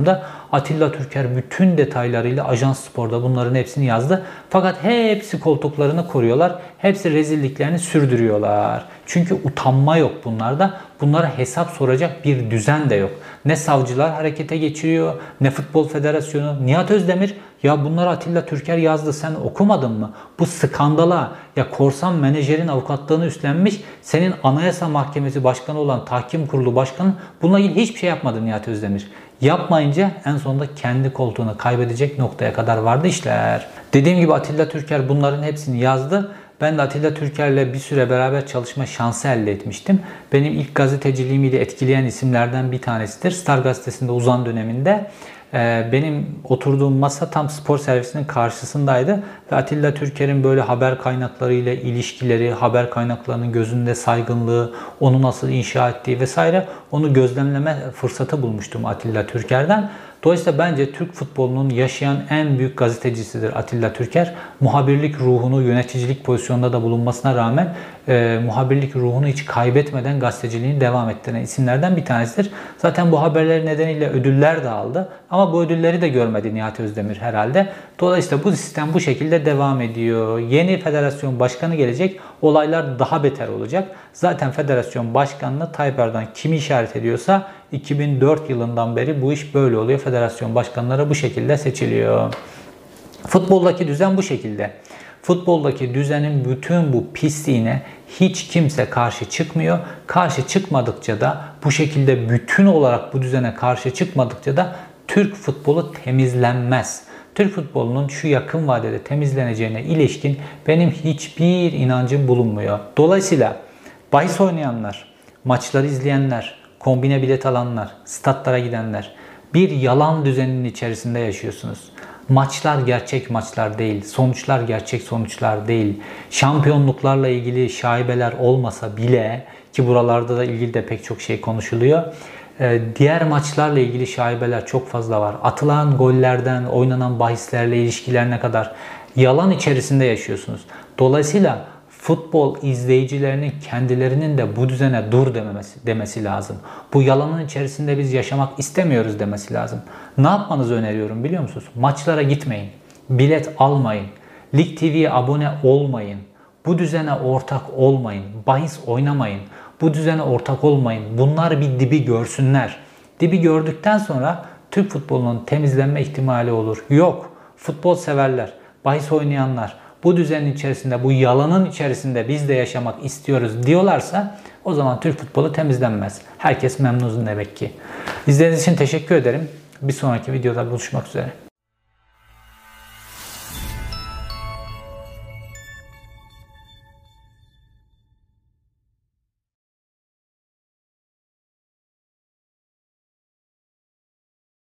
S1: Atilla Türker bütün detaylarıyla Ajans Spor'da bunların hepsini yazdı. Fakat hepsi koltuklarını koruyorlar. Hepsi rezilliklerini sürdürüyorlar. Çünkü utanma yok bunlarda. Bunlara hesap soracak bir düzen de yok. Ne savcılar harekete geçiriyor, ne Futbol Federasyonu. Nihat Özdemir, ya bunları Atilla Türker yazdı, sen okumadın mı? Bu skandala, ya korsan menajerin avukatlığını üstlenmiş, senin Anayasa Mahkemesi Başkanı olan Tahkim Kurulu Başkanı bununla ilgili hiçbir şey yapmadı Nihat Özdemir. Yapmayınca en sonunda kendi koltuğunu kaybedecek noktaya kadar vardı işler. Dediğim gibi Atilla Türker bunların hepsini yazdı. Ben de Atilla Türker'le bir süre beraber çalışma şansı elde etmiştim. Benim ilk gazeteciliğimi de etkileyen isimlerden bir tanesidir. Star Gazetesi'nde uzan döneminde benim oturduğum masa tam spor servisinin karşısındaydı. Ve Atilla Türker'in böyle haber kaynaklarıyla ilişkileri, haber kaynaklarının gözünde saygınlığı, onu nasıl inşa ettiği vesaire, onu gözlemleme fırsatı bulmuştum Atilla Türker'den. Dolayısıyla bence Türk futbolunun yaşayan en büyük gazetecisidir Atilla Türker. Muhabirlik ruhunu yöneticilik pozisyonunda da bulunmasına rağmen muhabirlik ruhunu hiç kaybetmeden gazeteciliğini devam ettiren isimlerden bir tanesidir. Zaten bu haberler nedeniyle ödüller de aldı. Ama bu ödülleri de görmedi Nihat Özdemir herhalde. Dolayısıyla bu sistem bu şekilde devam ediyor. Yeni federasyon başkanı gelecek. Olaylar daha beter olacak. Zaten federasyon başkanını Tayyip Erdoğan kimi işaret ediyorsa 2004 yılından beri bu iş böyle oluyor. Federasyon başkanları bu şekilde seçiliyor. Futboldaki düzen bu şekilde. Futboldaki düzenin bütün bu pisliğine hiç kimse karşı çıkmıyor. Karşı çıkmadıkça da, bu şekilde bütün olarak bu düzene karşı çıkmadıkça da Türk futbolu temizlenmez. Türk futbolunun şu yakın vadede temizleneceğine ilişkin benim hiçbir inancım bulunmuyor. Dolayısıyla bahis oynayanlar, maçları izleyenler, kombine bilet alanlar, statlara gidenler, bir yalan düzeninin içerisinde yaşıyorsunuz. Maçlar gerçek maçlar değil, sonuçlar gerçek sonuçlar değil. Şampiyonluklarla ilgili şaibeler olmasa bile, ki buralarda da ilgili de pek çok şey konuşuluyor, diğer maçlarla ilgili şaibeler çok fazla var. Atılan gollerden, oynanan bahislerle ilişkilerine kadar yalan içerisinde yaşıyorsunuz. Dolayısıyla futbol izleyicilerinin kendilerinin de bu düzene dur demesi lazım. Bu yalanın içerisinde biz yaşamak istemiyoruz demesi lazım. Ne yapmanızı öneriyorum biliyor musunuz? Maçlara gitmeyin. Bilet almayın. Lig TV'ye abone olmayın. Bu düzene ortak olmayın. Bahis oynamayın. Bu düzene ortak olmayın. Bunlar bir dibi görsünler. Dibi gördükten sonra Türk futbolunun temizlenme ihtimali olur. Yok. Futbol severler, bahis oynayanlar, bu düzenin içerisinde, bu yalanın içerisinde biz de yaşamak istiyoruz diyorlarsa o zaman Türk futbolu temizlenmez. Herkes memnun demek ki. İzlediğiniz için teşekkür ederim. Bir sonraki videoda buluşmak üzere.